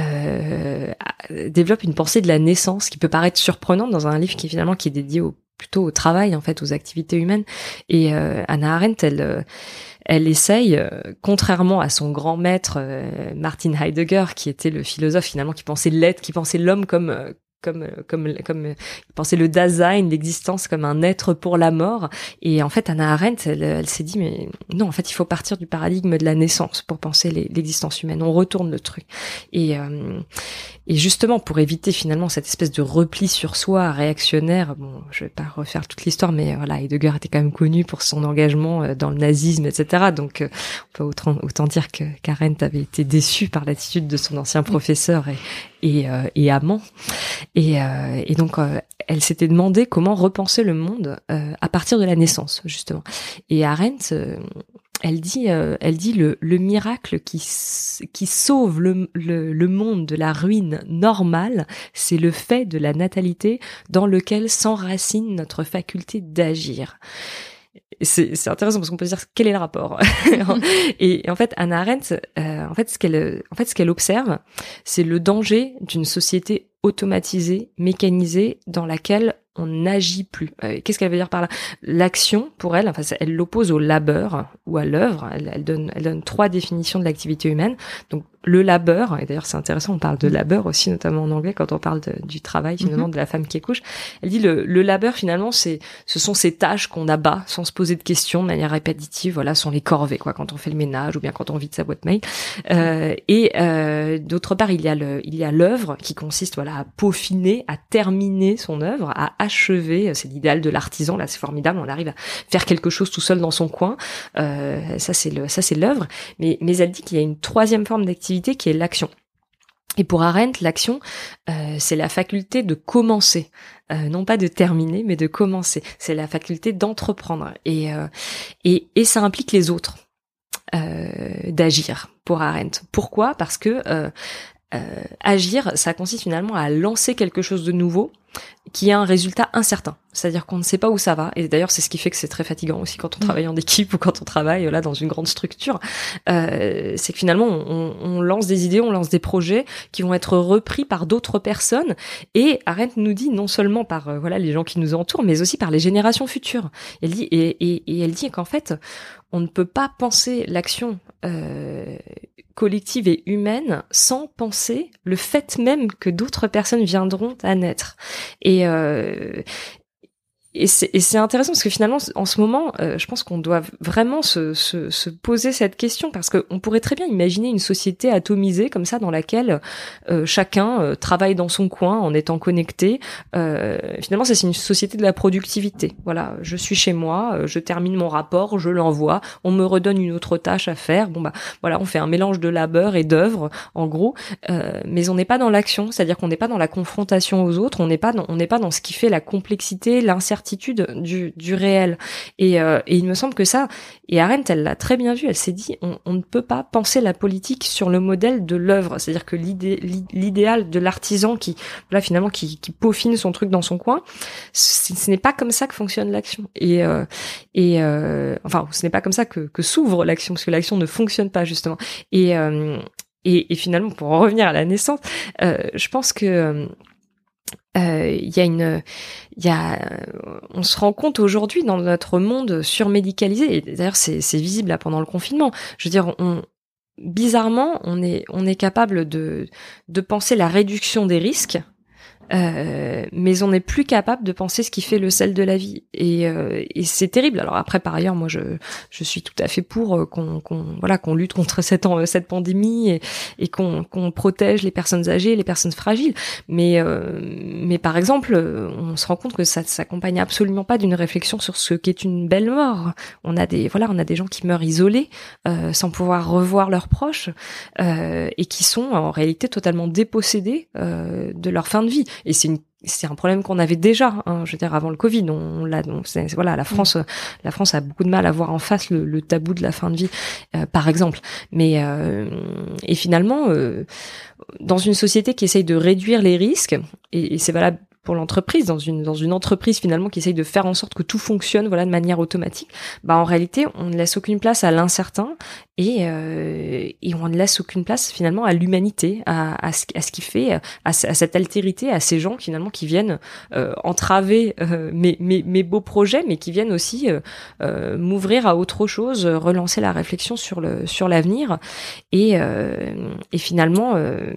euh, développe une pensée de la naissance qui peut paraître surprenante dans un livre qui finalement qui est dédié au, plutôt au travail en fait, aux activités humaines. Et euh, Hannah Arendt, elle elle essaye, euh, contrairement à son grand maître euh, Martin Heidegger, qui était le philosophe finalement qui pensait l'être, qui pensait l'homme comme euh, comme comme comme il pensait le Dasein, l'existence comme un être pour la mort. Et en fait Hannah Arendt elle, elle s'est dit mais non, en fait il faut partir du paradigme de la naissance pour penser les, l'existence humaine, on retourne le truc. Et euh, et justement pour éviter finalement cette espèce de repli sur soi réactionnaire, bon je vais pas refaire toute l'histoire, mais voilà, Heidegger était quand même connu pour son engagement dans le nazisme, et cetera. Donc on peut autant, autant dire que qu'Arendt avait été déçue par l'attitude de son ancien professeur et et, euh, et amant. Et, euh, et donc, euh, elle s'était demandé comment repenser le monde euh, à partir de la naissance, justement. Et Arendt, euh, elle dit, euh, elle dit le, le miracle qui qui sauve le, le, le monde de la ruine normale, c'est le fait de la natalité dans lequel s'enracine notre faculté d'agir. C'est, c'est intéressant parce qu'on peut se dire quel est le rapport. et, et en fait, Hannah Arendt, euh, en fait, ce qu'elle, en fait, ce qu'elle observe, c'est le danger d'une société automatisée, mécanisée, dans laquelle on n'agit plus. Euh, qu'est-ce qu'elle veut dire par là ? L'action, pour elle, enfin, elle l'oppose au labeur ou à l'œuvre. Elle, elle donne, elle donne trois définitions de l'activité humaine. Donc, le labeur, et d'ailleurs c'est intéressant, on parle de labeur aussi, notamment en anglais, quand on parle de, du travail finalement, mm-hmm. de la femme qui accouche. Elle dit le, le labeur finalement, c'est, ce sont ces tâches qu'on abat sans se poser de questions, de manière répétitive. Voilà, sont les corvées, quoi, quand on fait le ménage ou bien quand on vide sa boîte mail. Euh, et euh, d'autre part, il y a le, il y a l'œuvre qui consiste, voilà, à peaufiner, à terminer son œuvre, à achever. C'est l'idéal de l'artisan. Là, c'est formidable. On arrive à faire quelque chose tout seul dans son coin. Euh, ça, c'est le, ça, c'est l'œuvre. Mais, mais elle dit qu'il y a une troisième forme d'activité qui est l'action. Et pour Arendt, l'action, euh, c'est la faculté de commencer, euh, non pas de terminer, mais de commencer. C'est la faculté d'entreprendre, et euh, et, et ça implique les autres, euh, d'agir. Pour Arendt, pourquoi ? Parce que euh, euh, agir, ça consiste finalement à lancer quelque chose de nouveau qui a un résultat incertain. C'est-à-dire qu'on ne sait pas où ça va. Et d'ailleurs, c'est ce qui fait que c'est très fatigant aussi quand on travaille en équipe ou quand on travaille là dans une grande structure. Euh, c'est que finalement, on, on lance des idées, on lance des projets qui vont être repris par d'autres personnes. Et Arendt nous dit non seulement par euh, voilà les gens qui nous entourent, mais aussi par les générations futures. Elle dit et, et, et elle dit qu'en fait, on ne peut pas penser l'action euh, collective et humaine sans penser le fait même que d'autres personnes viendront à naître. Et euh, Et c'est, et c'est intéressant parce que finalement, en ce moment, euh, je pense qu'on doit vraiment se, se, se poser cette question, parce qu'on pourrait très bien imaginer une société atomisée comme ça, dans laquelle euh, chacun euh, travaille dans son coin en étant connecté. Euh, finalement, ça, c'est une société de la productivité. Voilà, je suis chez moi, euh, je termine mon rapport, je l'envoie, on me redonne une autre tâche à faire. Bon bah voilà, on fait un mélange de labeur et d'œuvre, en gros, euh, mais on n'est pas dans l'action, c'est-à-dire qu'on n'est pas dans la confrontation aux autres, on n'est pas dans, on n'est pas dans ce qui fait la complexité, l'incertitude du, du réel. Et, euh, et il me semble que ça, et Arendt, elle l'a très bien vu, elle s'est dit, on, on ne peut pas penser la politique sur le modèle de l'œuvre, c'est-à-dire que l'idée, l'idéal de l'artisan qui, là finalement, qui, qui peaufine son truc dans son coin, ce, ce n'est pas comme ça que fonctionne l'action. Et, euh, et euh, enfin, ce n'est pas comme ça que, que s'ouvre l'action, parce que l'action ne fonctionne pas, justement. Et, euh, et, et finalement, pour en revenir à la naissance, euh, je pense que il euh, y a une, il y a, on se rend compte aujourd'hui dans notre monde surmédicalisé, et d'ailleurs c'est, c'est visible là pendant le confinement. Je veux dire, on, bizarrement, on est, on est capable de, de penser la réduction des risques euh, mais on n'est plus capable de penser ce qui fait le sel de la vie. Et, euh, et c'est terrible. Alors après, par ailleurs, moi, je, je suis tout à fait pour qu'on, qu'on, voilà, qu'on lutte contre cette, cette pandémie et, et qu'on, qu'on protège les personnes âgées, les personnes fragiles. Mais, euh, mais par exemple, on se rend compte que ça ne s'accompagne absolument pas d'une réflexion sur ce qu'est une belle mort. On a des, voilà, on a des gens qui meurent isolés, euh, sans pouvoir revoir leurs proches, euh, et qui sont en réalité totalement dépossédés euh, de leur fin de vie. Et c'est une c'est un problème qu'on avait déjà, hein, je veux dire, avant le Covid. On, on l'a, donc c'est, voilà, la France, mmh. la France a beaucoup de mal à voir en face le, le tabou de la fin de vie, euh, par exemple. Mais euh, et finalement, euh, dans une société qui essaye de réduire les risques, et, et c'est valable pour l'entreprise, dans une dans une entreprise finalement qui essaye de faire en sorte que tout fonctionne, voilà, de manière automatique, bah en réalité on ne laisse aucune place à l'incertain et euh, et on ne laisse aucune place finalement à l'humanité, à à ce, à ce qui fait, à, à cette altérité, à ces gens finalement qui viennent euh, entraver euh, mes mes mes beaux projets, mais qui viennent aussi euh, euh, m'ouvrir à autre chose, relancer la réflexion sur le sur l'avenir et euh, et finalement euh,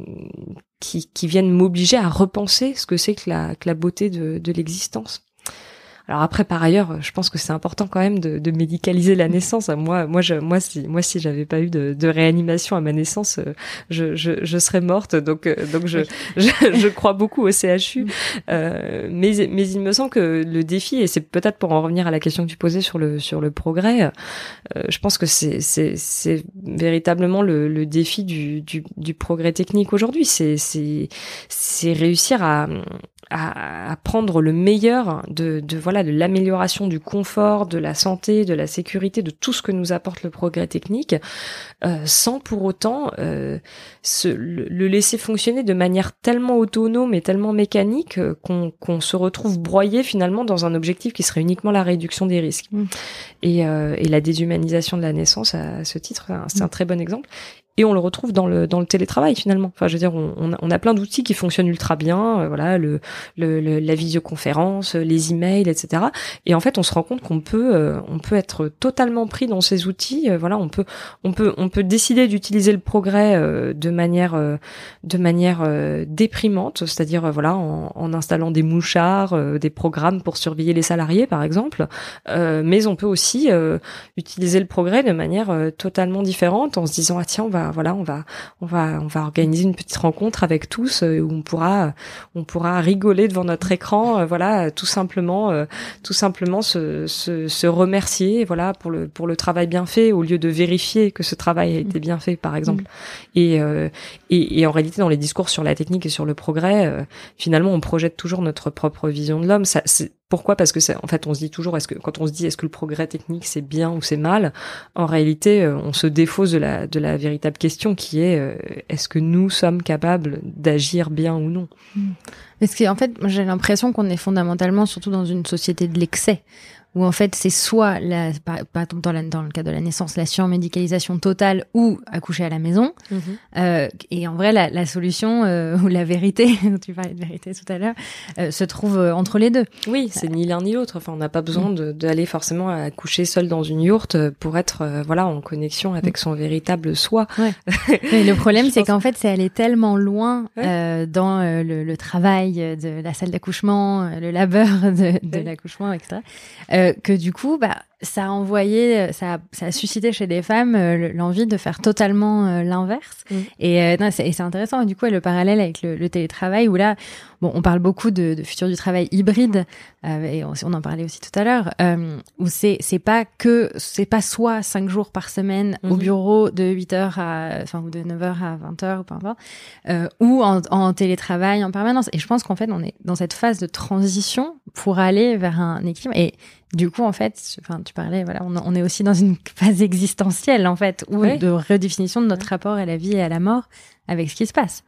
qui, qui viennent m'obliger à repenser ce que c'est que la, que la beauté de, de l'existence. Alors après, par ailleurs, je pense que c'est important quand même de, de médicaliser la naissance. Moi, moi, je, moi, si, moi, si j'avais pas eu de, de réanimation à ma naissance, je, je, je serais morte. Donc, donc, je, je, je crois beaucoup au C H U. Euh, mais, mais il me semble que le défi, et c'est peut-être pour en revenir à la question que tu posais sur le, sur le progrès, euh, je pense que c'est, c'est, c'est véritablement le, le défi du, du, du progrès technique aujourd'hui. C'est, c'est, c'est réussir à, à, à prendre le meilleur de, de voilà de l'amélioration du confort, de la santé, de la sécurité, de tout ce que nous apporte le progrès technique, euh, sans pour autant euh, se, le, le laisser fonctionner de manière tellement autonome et tellement mécanique euh, qu'on, qu'on se retrouve broyé finalement dans un objectif qui serait uniquement la réduction des risques. Mmh. Et, euh, et la déshumanisation de la naissance, à ce titre, c'est un, c'est un très bon exemple. Et on le retrouve dans le dans le télétravail finalement. Enfin, je veux dire, on on a, on a plein d'outils qui fonctionnent ultra bien. Euh, voilà, le, le le la visioconférence, les emails, et cetera. Et en fait, on se rend compte qu'on peut euh, on peut être totalement pris dans ces outils. Euh, voilà, on peut on peut on peut décider d'utiliser le progrès euh, de manière euh, de manière euh, déprimante, c'est-à-dire euh, voilà en, en installant des mouchards, euh, des programmes pour surveiller les salariés par exemple. Euh, mais on peut aussi euh, utiliser le progrès de manière euh, totalement différente en se disant ah tiens on va voilà, on va, on va, on va organiser une petite rencontre avec tous euh, où on pourra, on pourra rigoler devant notre écran, euh, voilà, tout simplement, euh, tout simplement se, se, se remercier, voilà, pour le, pour le travail bien fait, au lieu de vérifier que ce travail a été bien fait, par exemple. Mmh. Et, euh, et, et en réalité, dans les discours sur la technique et sur le progrès, euh, finalement, on projette toujours notre propre vision de l'homme. Ça, c'est, Pourquoi ? Parce que c'est, en fait, on se dit toujours, est-ce que quand on se dit, est-ce que le progrès technique c'est bien ou c'est mal ? En réalité, euh, on se défausse de la de la véritable question qui est, euh, est-ce que nous sommes capables d'agir bien ou non ? Parce que en fait, j'ai l'impression qu'on est fondamentalement, surtout dans une société de l'excès, où en fait c'est soit la, par, par exemple dans, la, dans le cas de la naissance, la surmédicalisation totale ou accoucher à la maison. Mmh. Euh, et en vrai, la, la solution euh, ou la vérité, tu parlais de vérité tout à l'heure, euh, se trouve euh, entre les deux. Oui, c'est ni l'un ni l'autre. Enfin, on n'a pas besoin mmh. de, d'aller forcément accoucher seul dans une yourte pour être euh, voilà en connexion avec mmh. son véritable soi. Ouais. Mais le problème, c'est pense... qu'en fait, c'est aller tellement loin ouais. euh, dans euh, le, le travail de la salle d'accouchement, le labeur de, de ouais. l'accouchement, et cetera. Euh, que du coup, bah, ça a envoyé, ça a, ça a suscité chez les femmes euh, l'envie de faire totalement euh, l'inverse. Mmh. Et, euh, non, c'est, et c'est intéressant. Du coup, le parallèle avec le, le télétravail, où là, bon, on parle beaucoup de, de futur du travail hybride, euh, et on, on en parlait aussi tout à l'heure, euh, où c'est, c'est pas que, c'est pas soit cinq jours par semaine mmh. au bureau de huit heures à, enfin, ou de neuf heures à vingt heures, ou peu importe, euh, ou en, en télétravail en permanence. Et je pense qu'en fait, on est dans cette phase de transition pour aller vers un équilibre. Et du coup, en fait, enfin, tu parlais, voilà, on, on est aussi dans une phase existentielle, en fait, ou oui. de redéfinition de notre rapport à la vie et à la mort avec ce qui se passe.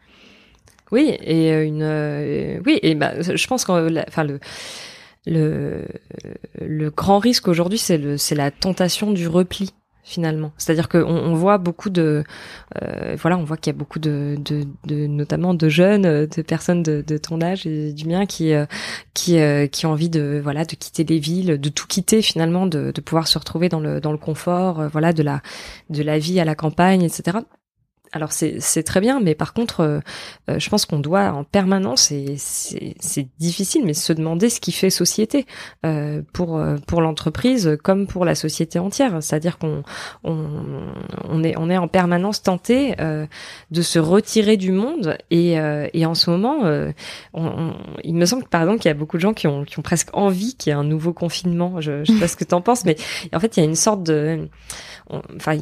Oui, et une, euh, oui, et bah, je pense que, enfin, le, le, le grand risque aujourd'hui, c'est le, c'est la tentation du repli. Finalement, c'est-à-dire qu'on on voit beaucoup de, euh, voilà, on voit qu'il y a beaucoup de, de, de, notamment de jeunes, de personnes de, de ton âge et du mien qui, euh, qui, euh, qui ont envie de, voilà, de quitter les villes, de tout quitter finalement, de, de pouvoir se retrouver dans le, dans le confort, euh, voilà, de la, de la vie à la campagne, et cetera. Alors c'est c'est très bien, mais par contre, euh, euh, je pense qu'on doit en permanence, et c'est c'est difficile, mais se demander ce qui fait société euh, pour pour l'entreprise comme pour la société entière. C'est-à-dire qu'on on on est on est en permanence tenté euh, de se retirer du monde, et euh, et en ce moment, euh, on, on, il me semble que par exemple qu'il y a beaucoup de gens qui ont qui ont presque envie qu'il y ait un nouveau confinement. Je, je sais pas ce que t'en penses, mais en fait il y a une sorte de on, enfin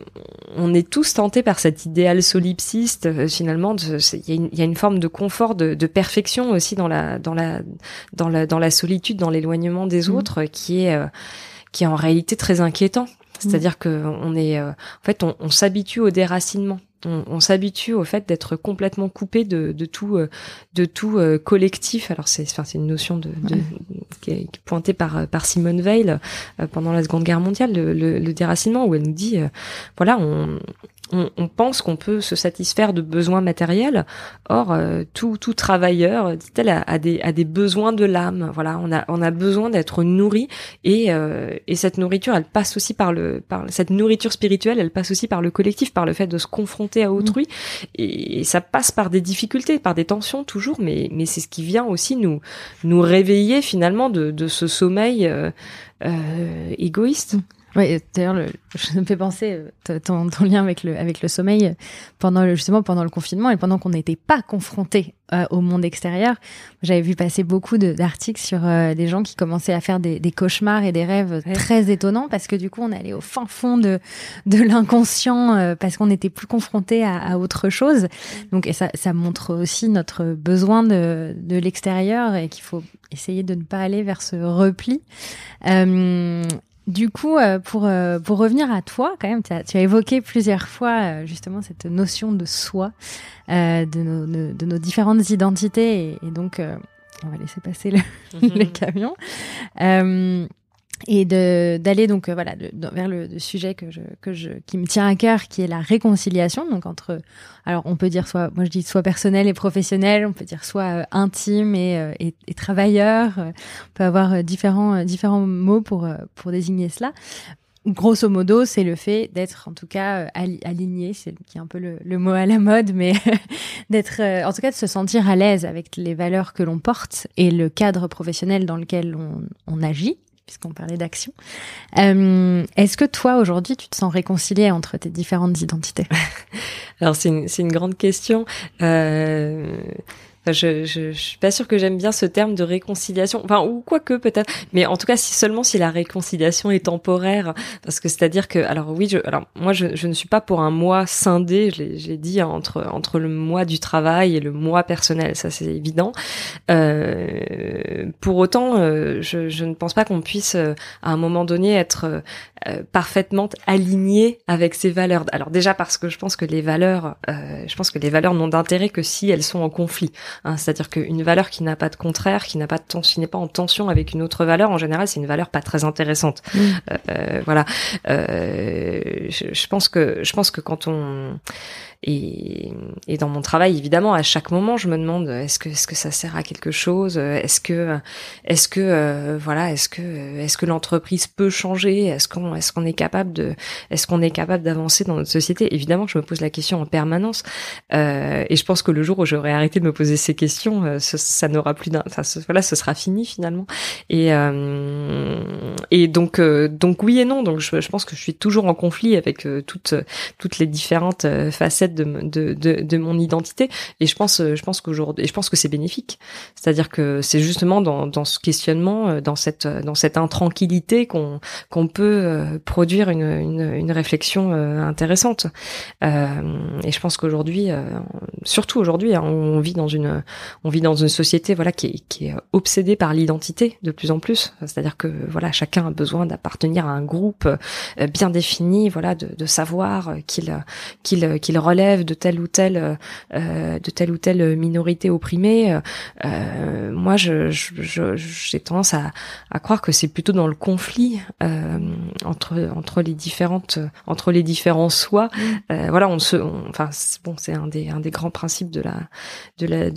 on est tous tentés par cette idéal solipsiste, euh, finalement. Il y, y a une forme de confort, de, de perfection aussi dans la dans la dans la dans la solitude, dans l'éloignement des mmh. autres, qui est euh, qui est en réalité très inquiétant. C'est-à-dire mmh. que on est euh, en fait on, on s'habitue au déracinement. On, on s'habitue au fait d'être complètement coupé de, de tout, euh, de tout euh, collectif. Alors c'est, enfin c'est une notion de, de ouais. qui, est, qui est pointée par par Simone Weil euh, pendant la Seconde Guerre mondiale, le, le, le déracinement, où elle nous dit, euh, voilà, on On, on pense qu'on peut se satisfaire de besoins matériels. Or, euh, tout, tout travailleur, dit-elle, a, a des, a des besoins de l'âme. Voilà, on a, on a besoin d'être nourri, et, euh, et cette nourriture, elle passe aussi par le, par cette nourriture spirituelle, elle passe aussi par le collectif, par le fait de se confronter à autrui. Mmh. Et, et ça passe par des difficultés, par des tensions toujours, mais, mais c'est ce qui vient aussi nous, nous réveiller finalement de, de ce sommeil euh, euh, égoïste. Mmh. Oui, d'ailleurs, le, je me fais penser ton, ton lien avec le avec le sommeil pendant le, justement pendant le confinement, et pendant qu'on n'était pas confrontés euh, au monde extérieur. J'avais vu passer beaucoup de, d'articles sur euh, des gens qui commençaient à faire des, des cauchemars et des rêves ouais. très étonnants, parce que du coup on allait au fin fond de de l'inconscient, euh, parce qu'on n'était plus confrontés à, à autre chose. Donc et ça ça montre aussi notre besoin de de l'extérieur, et qu'il faut essayer de ne pas aller vers ce repli. Euh, Du coup, euh, pour euh, pour revenir à toi, quand même, tu as, tu as évoqué plusieurs fois euh, justement cette notion de soi, euh, de, nos, de, de nos différentes identités, et, et donc euh, on va laisser passer le, mm-hmm. le camion. Euh, et de d'aller donc euh, voilà de, de, vers le, le sujet que je que je qui me tient à cœur, qui est la réconciliation, donc entre, alors on peut dire soit, moi je dis soit personnel et professionnel, on peut dire soit euh, intime et, euh, et et travailleur, euh, on peut avoir euh, différents euh, différents mots pour euh, pour désigner cela. Grosso modo, c'est le fait d'être en tout cas euh, aligné, c'est qui est un peu le, le mot à la mode, mais d'être euh, en tout cas de se sentir à l'aise avec les valeurs que l'on porte et le cadre professionnel dans lequel on, on agit, puisqu'on parlait d'action. Euh, est-ce que toi, aujourd'hui, tu te sens réconcilié entre tes différentes identités ? Alors, c'est une, c'est une grande question. Euh... Je, je, je suis pas sûre que j'aime bien ce terme de réconciliation, enfin, ou quoique peut-être, mais en tout cas si seulement si la réconciliation est temporaire, parce que c'est-à-dire que, alors oui, je, alors moi je, je ne suis pas pour un moi scindé, je l'ai, je l'ai dit, hein, entre entre le moi du travail et le moi personnel, ça c'est évident. Euh, pour autant, euh, je, je ne pense pas qu'on puisse euh, à un moment donné être euh, parfaitement aligné avec ses valeurs. Alors déjà parce que je pense que les valeurs, euh, je pense que les valeurs n'ont d'intérêt que si elles sont en conflit. Hein, c'est-à-dire qu'une valeur qui n'a pas de contraire, qui n'a pas de tension, qui n'est pas en tension avec une autre valeur, en général, c'est une valeur pas très intéressante. Mmh. Euh, voilà. Euh, je, je pense que, je pense que quand on et, et dans mon travail, évidemment, à chaque moment, je me demande est-ce que, est-ce que ça sert à quelque chose ? Est-ce que, est-ce que, euh, voilà, est-ce que, est-ce que l'entreprise peut changer ? Est-ce qu'on, est-ce qu'on est capable de, est-ce qu'on est capable d'avancer dans notre société ? Évidemment, je me pose la question en permanence. Euh, et je pense que le jour où j'aurai arrêté de me poser ces questions, euh, ce, ça n'aura plus d'un, enfin, ce, voilà, ce sera fini finalement. Et, euh, et donc, euh, donc oui et non. Donc, je, je pense que je suis toujours en conflit avec euh, toutes, toutes les différentes euh, facettes De, de, de, de mon identité, et je pense, je pense qu'aujourd'hui, et je pense que c'est bénéfique. C'est-à-dire que c'est justement dans, dans ce questionnement, dans cette, dans cette intranquillité qu'on, qu'on peut produire une, une, une réflexion intéressante. Euh, et je pense qu'aujourd'hui, surtout aujourd'hui, hein, on vit dans une, on vit dans une société, voilà, qui est, qui est obsédée par l'identité de plus en plus. C'est-à-dire que voilà, chacun a besoin d'appartenir à un groupe bien défini, voilà, de, de savoir qu'il, qu'il, qu'il relève de telle ou telle euh, de telle ou telle minorité opprimée. Euh, moi, je, je, je, j'ai tendance à, à croire que c'est plutôt dans le conflit euh, entre entre les différentes entre les différents soi. Mmh. Euh, voilà, on se, on, enfin, c'est, bon, c'est un des un des grands principes de la de la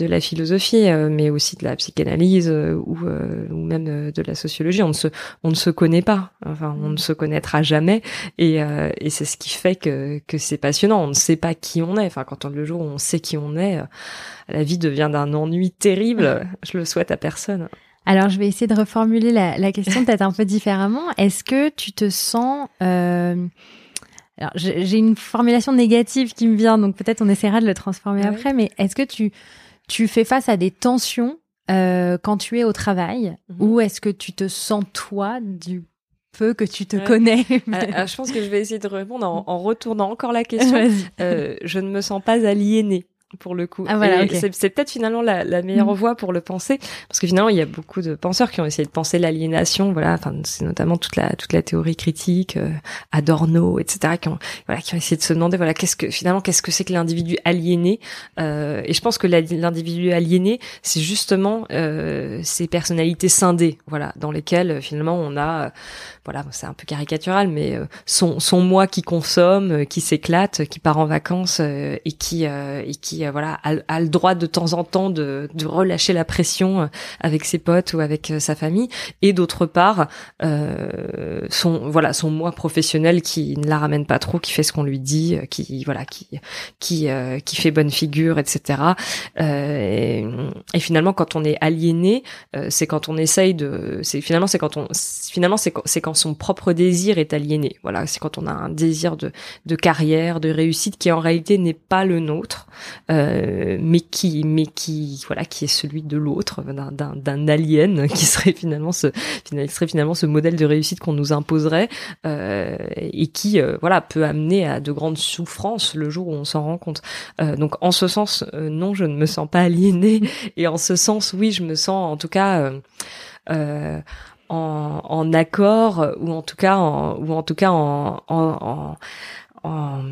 de la philosophie, euh, mais aussi de la psychanalyse euh, ou, euh, ou même euh, de la sociologie. On ne se, on ne se connaît pas. Enfin, on ne se connaîtra jamais. Et, euh, et c'est ce qui fait que, que c'est passionnant. On ne sait pas qui on est. Enfin, quand on, le jour où on sait qui on est, euh, la vie devient d'un ennui terrible. Je le souhaite à personne. Alors, je vais essayer de reformuler la, la question peut-être un peu différemment. Est-ce que tu te sens... Euh... Alors, j'ai une formulation négative qui me vient, donc peut-être on essaiera de le transformer ouais. après, mais est-ce que tu, tu fais face à des tensions euh, quand tu es au travail, mmh. ou est-ce que tu te sens, toi, du peu que tu te ouais. connais mais... ah, ah, Je pense que je vais essayer de répondre en, en retournant encore la question. euh, je ne me sens pas aliénée. Pour le coup, ah, voilà, okay. c'est, c'est peut-être finalement la, la meilleure mmh. voie pour le penser, parce que finalement il y a beaucoup de penseurs qui ont essayé de penser l'aliénation. Voilà, enfin c'est notamment toute la toute la théorie critique, euh, Adorno, et cetera, qui ont voilà qui ont essayé de se demander voilà qu'est-ce que finalement qu'est-ce que c'est que l'individu aliéné. Euh, et je pense que la, l'individu aliéné, c'est justement euh, ces personnalités scindées, voilà, dans lesquelles finalement on a, euh, voilà, c'est un peu caricatural, mais euh, son son moi qui consomme, euh, qui s'éclate, qui part en vacances euh, et qui euh, et qui voilà, a, a le droit de temps en temps de, de relâcher la pression avec ses potes ou avec sa famille, et d'autre part euh, son voilà son moi professionnel qui ne la ramène pas trop, qui fait ce qu'on lui dit, qui voilà qui qui euh, qui fait bonne figure, et cetera. Euh, et, et finalement, quand on est aliéné, euh, c'est quand on essaye de, c'est finalement c'est quand on finalement c'est quand, c'est quand son propre désir est aliéné. Voilà, c'est quand on a un désir de de carrière, de réussite qui en réalité n'est pas le nôtre. Euh, mais qui, mais qui, voilà, qui est celui de l'autre, d'un, d'un, d'un alien, qui serait finalement ce, qui serait finalement ce modèle de réussite qu'on nous imposerait, euh, et qui, euh, voilà, peut amener à de grandes souffrances le jour où on s'en rend compte. Euh, donc, en ce sens, euh, non, je ne me sens pas aliénée, et en ce sens, oui, je me sens, en tout cas, euh, euh, en, en accord, ou en tout cas, en, ou en tout cas, en, en, en en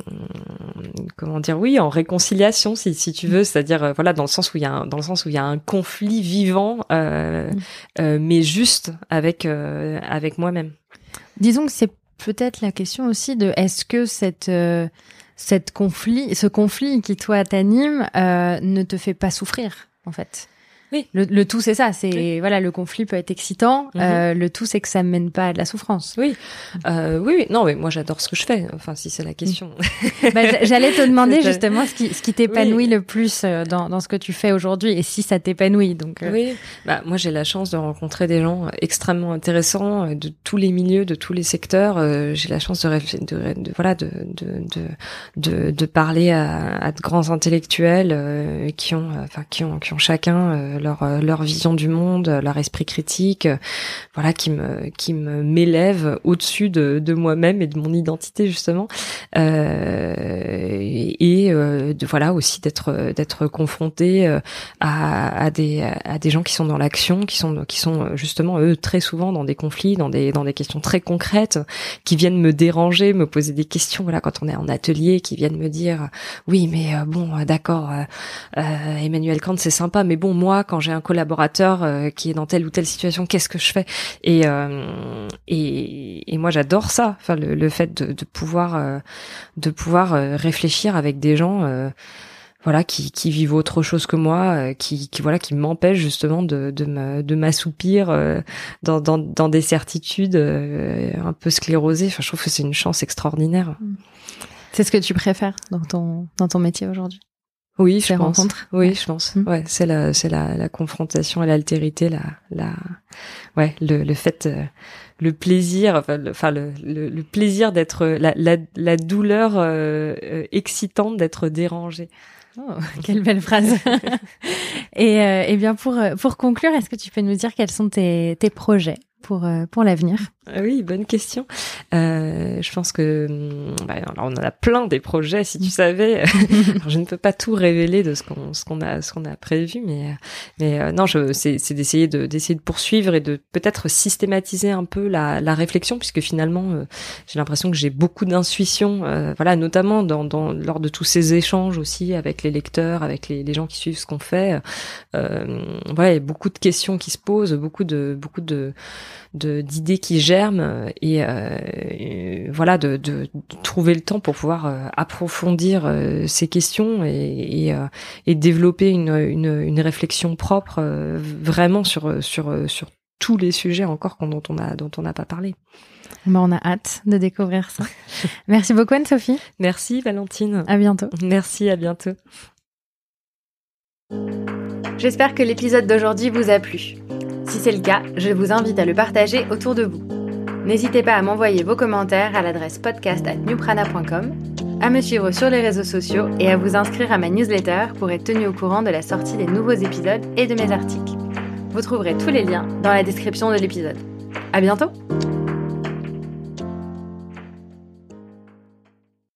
comment dire oui en réconciliation si si tu veux, c'est-à-dire euh, voilà dans le sens où il y a un, dans le sens où il y a un conflit vivant euh, mmh. euh, mais juste avec euh, avec moi-même. Disons que c'est peut-être la question aussi de est-ce que cette euh, cette conflit ce conflit qui toi t'anime euh, ne te fait pas souffrir en fait. Oui. Le, le tout, c'est ça. C'est oui. voilà, le conflit peut être excitant. Mm-hmm. Euh, le tout, c'est que ça mène pas à de la souffrance. Oui, euh, oui, oui. Non, mais moi, j'adore ce que je fais. Enfin, si c'est la question. bah, j'allais te demander justement ce qui, ce qui t'épanouit oui. le plus dans, dans ce que tu fais aujourd'hui, et si ça t'épanouit. Donc. Euh... Oui. Bah, moi, j'ai la chance de rencontrer des gens extrêmement intéressants de tous les milieux, de tous les secteurs. Euh, j'ai la chance de, de, de, de voilà, de, de, de, de, de parler à, à de grands intellectuels euh, qui ont, enfin, qui ont, qui ont chacun euh, leur leur vision du monde, leur esprit critique, voilà, qui me qui me m'élève au-dessus de de moi-même et de mon identité justement, euh, et, et euh, de voilà aussi d'être d'être confronté à à des à des gens qui sont dans l'action, qui sont qui sont justement eux très souvent dans des conflits, dans des dans des questions très concrètes, qui viennent me déranger, me poser des questions, voilà, quand on est en atelier, qui viennent me dire oui mais euh, bon d'accord euh, euh, Emmanuel Kant c'est sympa, mais bon moi quand j'ai un collaborateur euh, qui est dans telle ou telle situation, qu'est-ce que je fais? Et euh, et, et moi j'adore ça, enfin le, le fait de, de pouvoir euh, de pouvoir euh, réfléchir avec des gens euh, voilà qui qui vivent autre chose que moi, euh, qui qui voilà qui m'empêchent justement de de me de m'assoupir euh, dans dans dans des certitudes euh, un peu sclérosées. Enfin je trouve que c'est une chance extraordinaire. C'est ce que tu préfères dans ton dans ton métier aujourd'hui? Oui, je pense. Rencontres. Oui, ouais. je pense. Mmh. Ouais, c'est la, c'est la, la confrontation et l'altérité, la, la, ouais, le, le fait, euh, le plaisir, enfin, le, enfin, le, le, le plaisir d'être, la, la, la douleur euh, euh, excitante d'être dérangé. Oh, quelle belle phrase. et, euh, et bien pour pour conclure, est-ce que tu peux nous dire quels sont tes tes projets pour euh, pour l'avenir? Oui, bonne question. Euh, je pense que bah, alors on en a plein des projets, si tu savais. Alors, je ne peux pas tout révéler de ce qu'on ce qu'on a ce qu'on a prévu, mais mais euh, non, je c'est c'est d'essayer de d'essayer de poursuivre et de peut-être systématiser un peu la la réflexion, puisque finalement euh, j'ai l'impression que j'ai beaucoup d'intuition, euh, voilà, notamment dans dans lors de tous ces échanges aussi avec les lecteurs, avec les les gens qui suivent ce qu'on fait. Euh, voilà, il y a beaucoup de questions qui se posent, beaucoup de beaucoup de de d'idées qui germent et, euh, et voilà de, de, de trouver le temps pour pouvoir euh, approfondir euh, ces questions et, et, euh, et développer une, une, une réflexion propre euh, vraiment sur sur sur tous les sujets encore dont on a dont on n'a pas parlé. Ben, on a hâte de découvrir ça. Merci beaucoup Anne-Sophie. Merci Valentine. À bientôt. Merci, à bientôt. J'espère que l'épisode d'aujourd'hui vous a plu. Si c'est le cas, je vous invite à le partager autour de vous. N'hésitez pas à m'envoyer vos commentaires à l'adresse podcast arobase newprana point com, à me suivre sur les réseaux sociaux et à vous inscrire à ma newsletter pour être tenu au courant de la sortie des nouveaux épisodes et de mes articles. Vous trouverez tous les liens dans la description de l'épisode. À bientôt!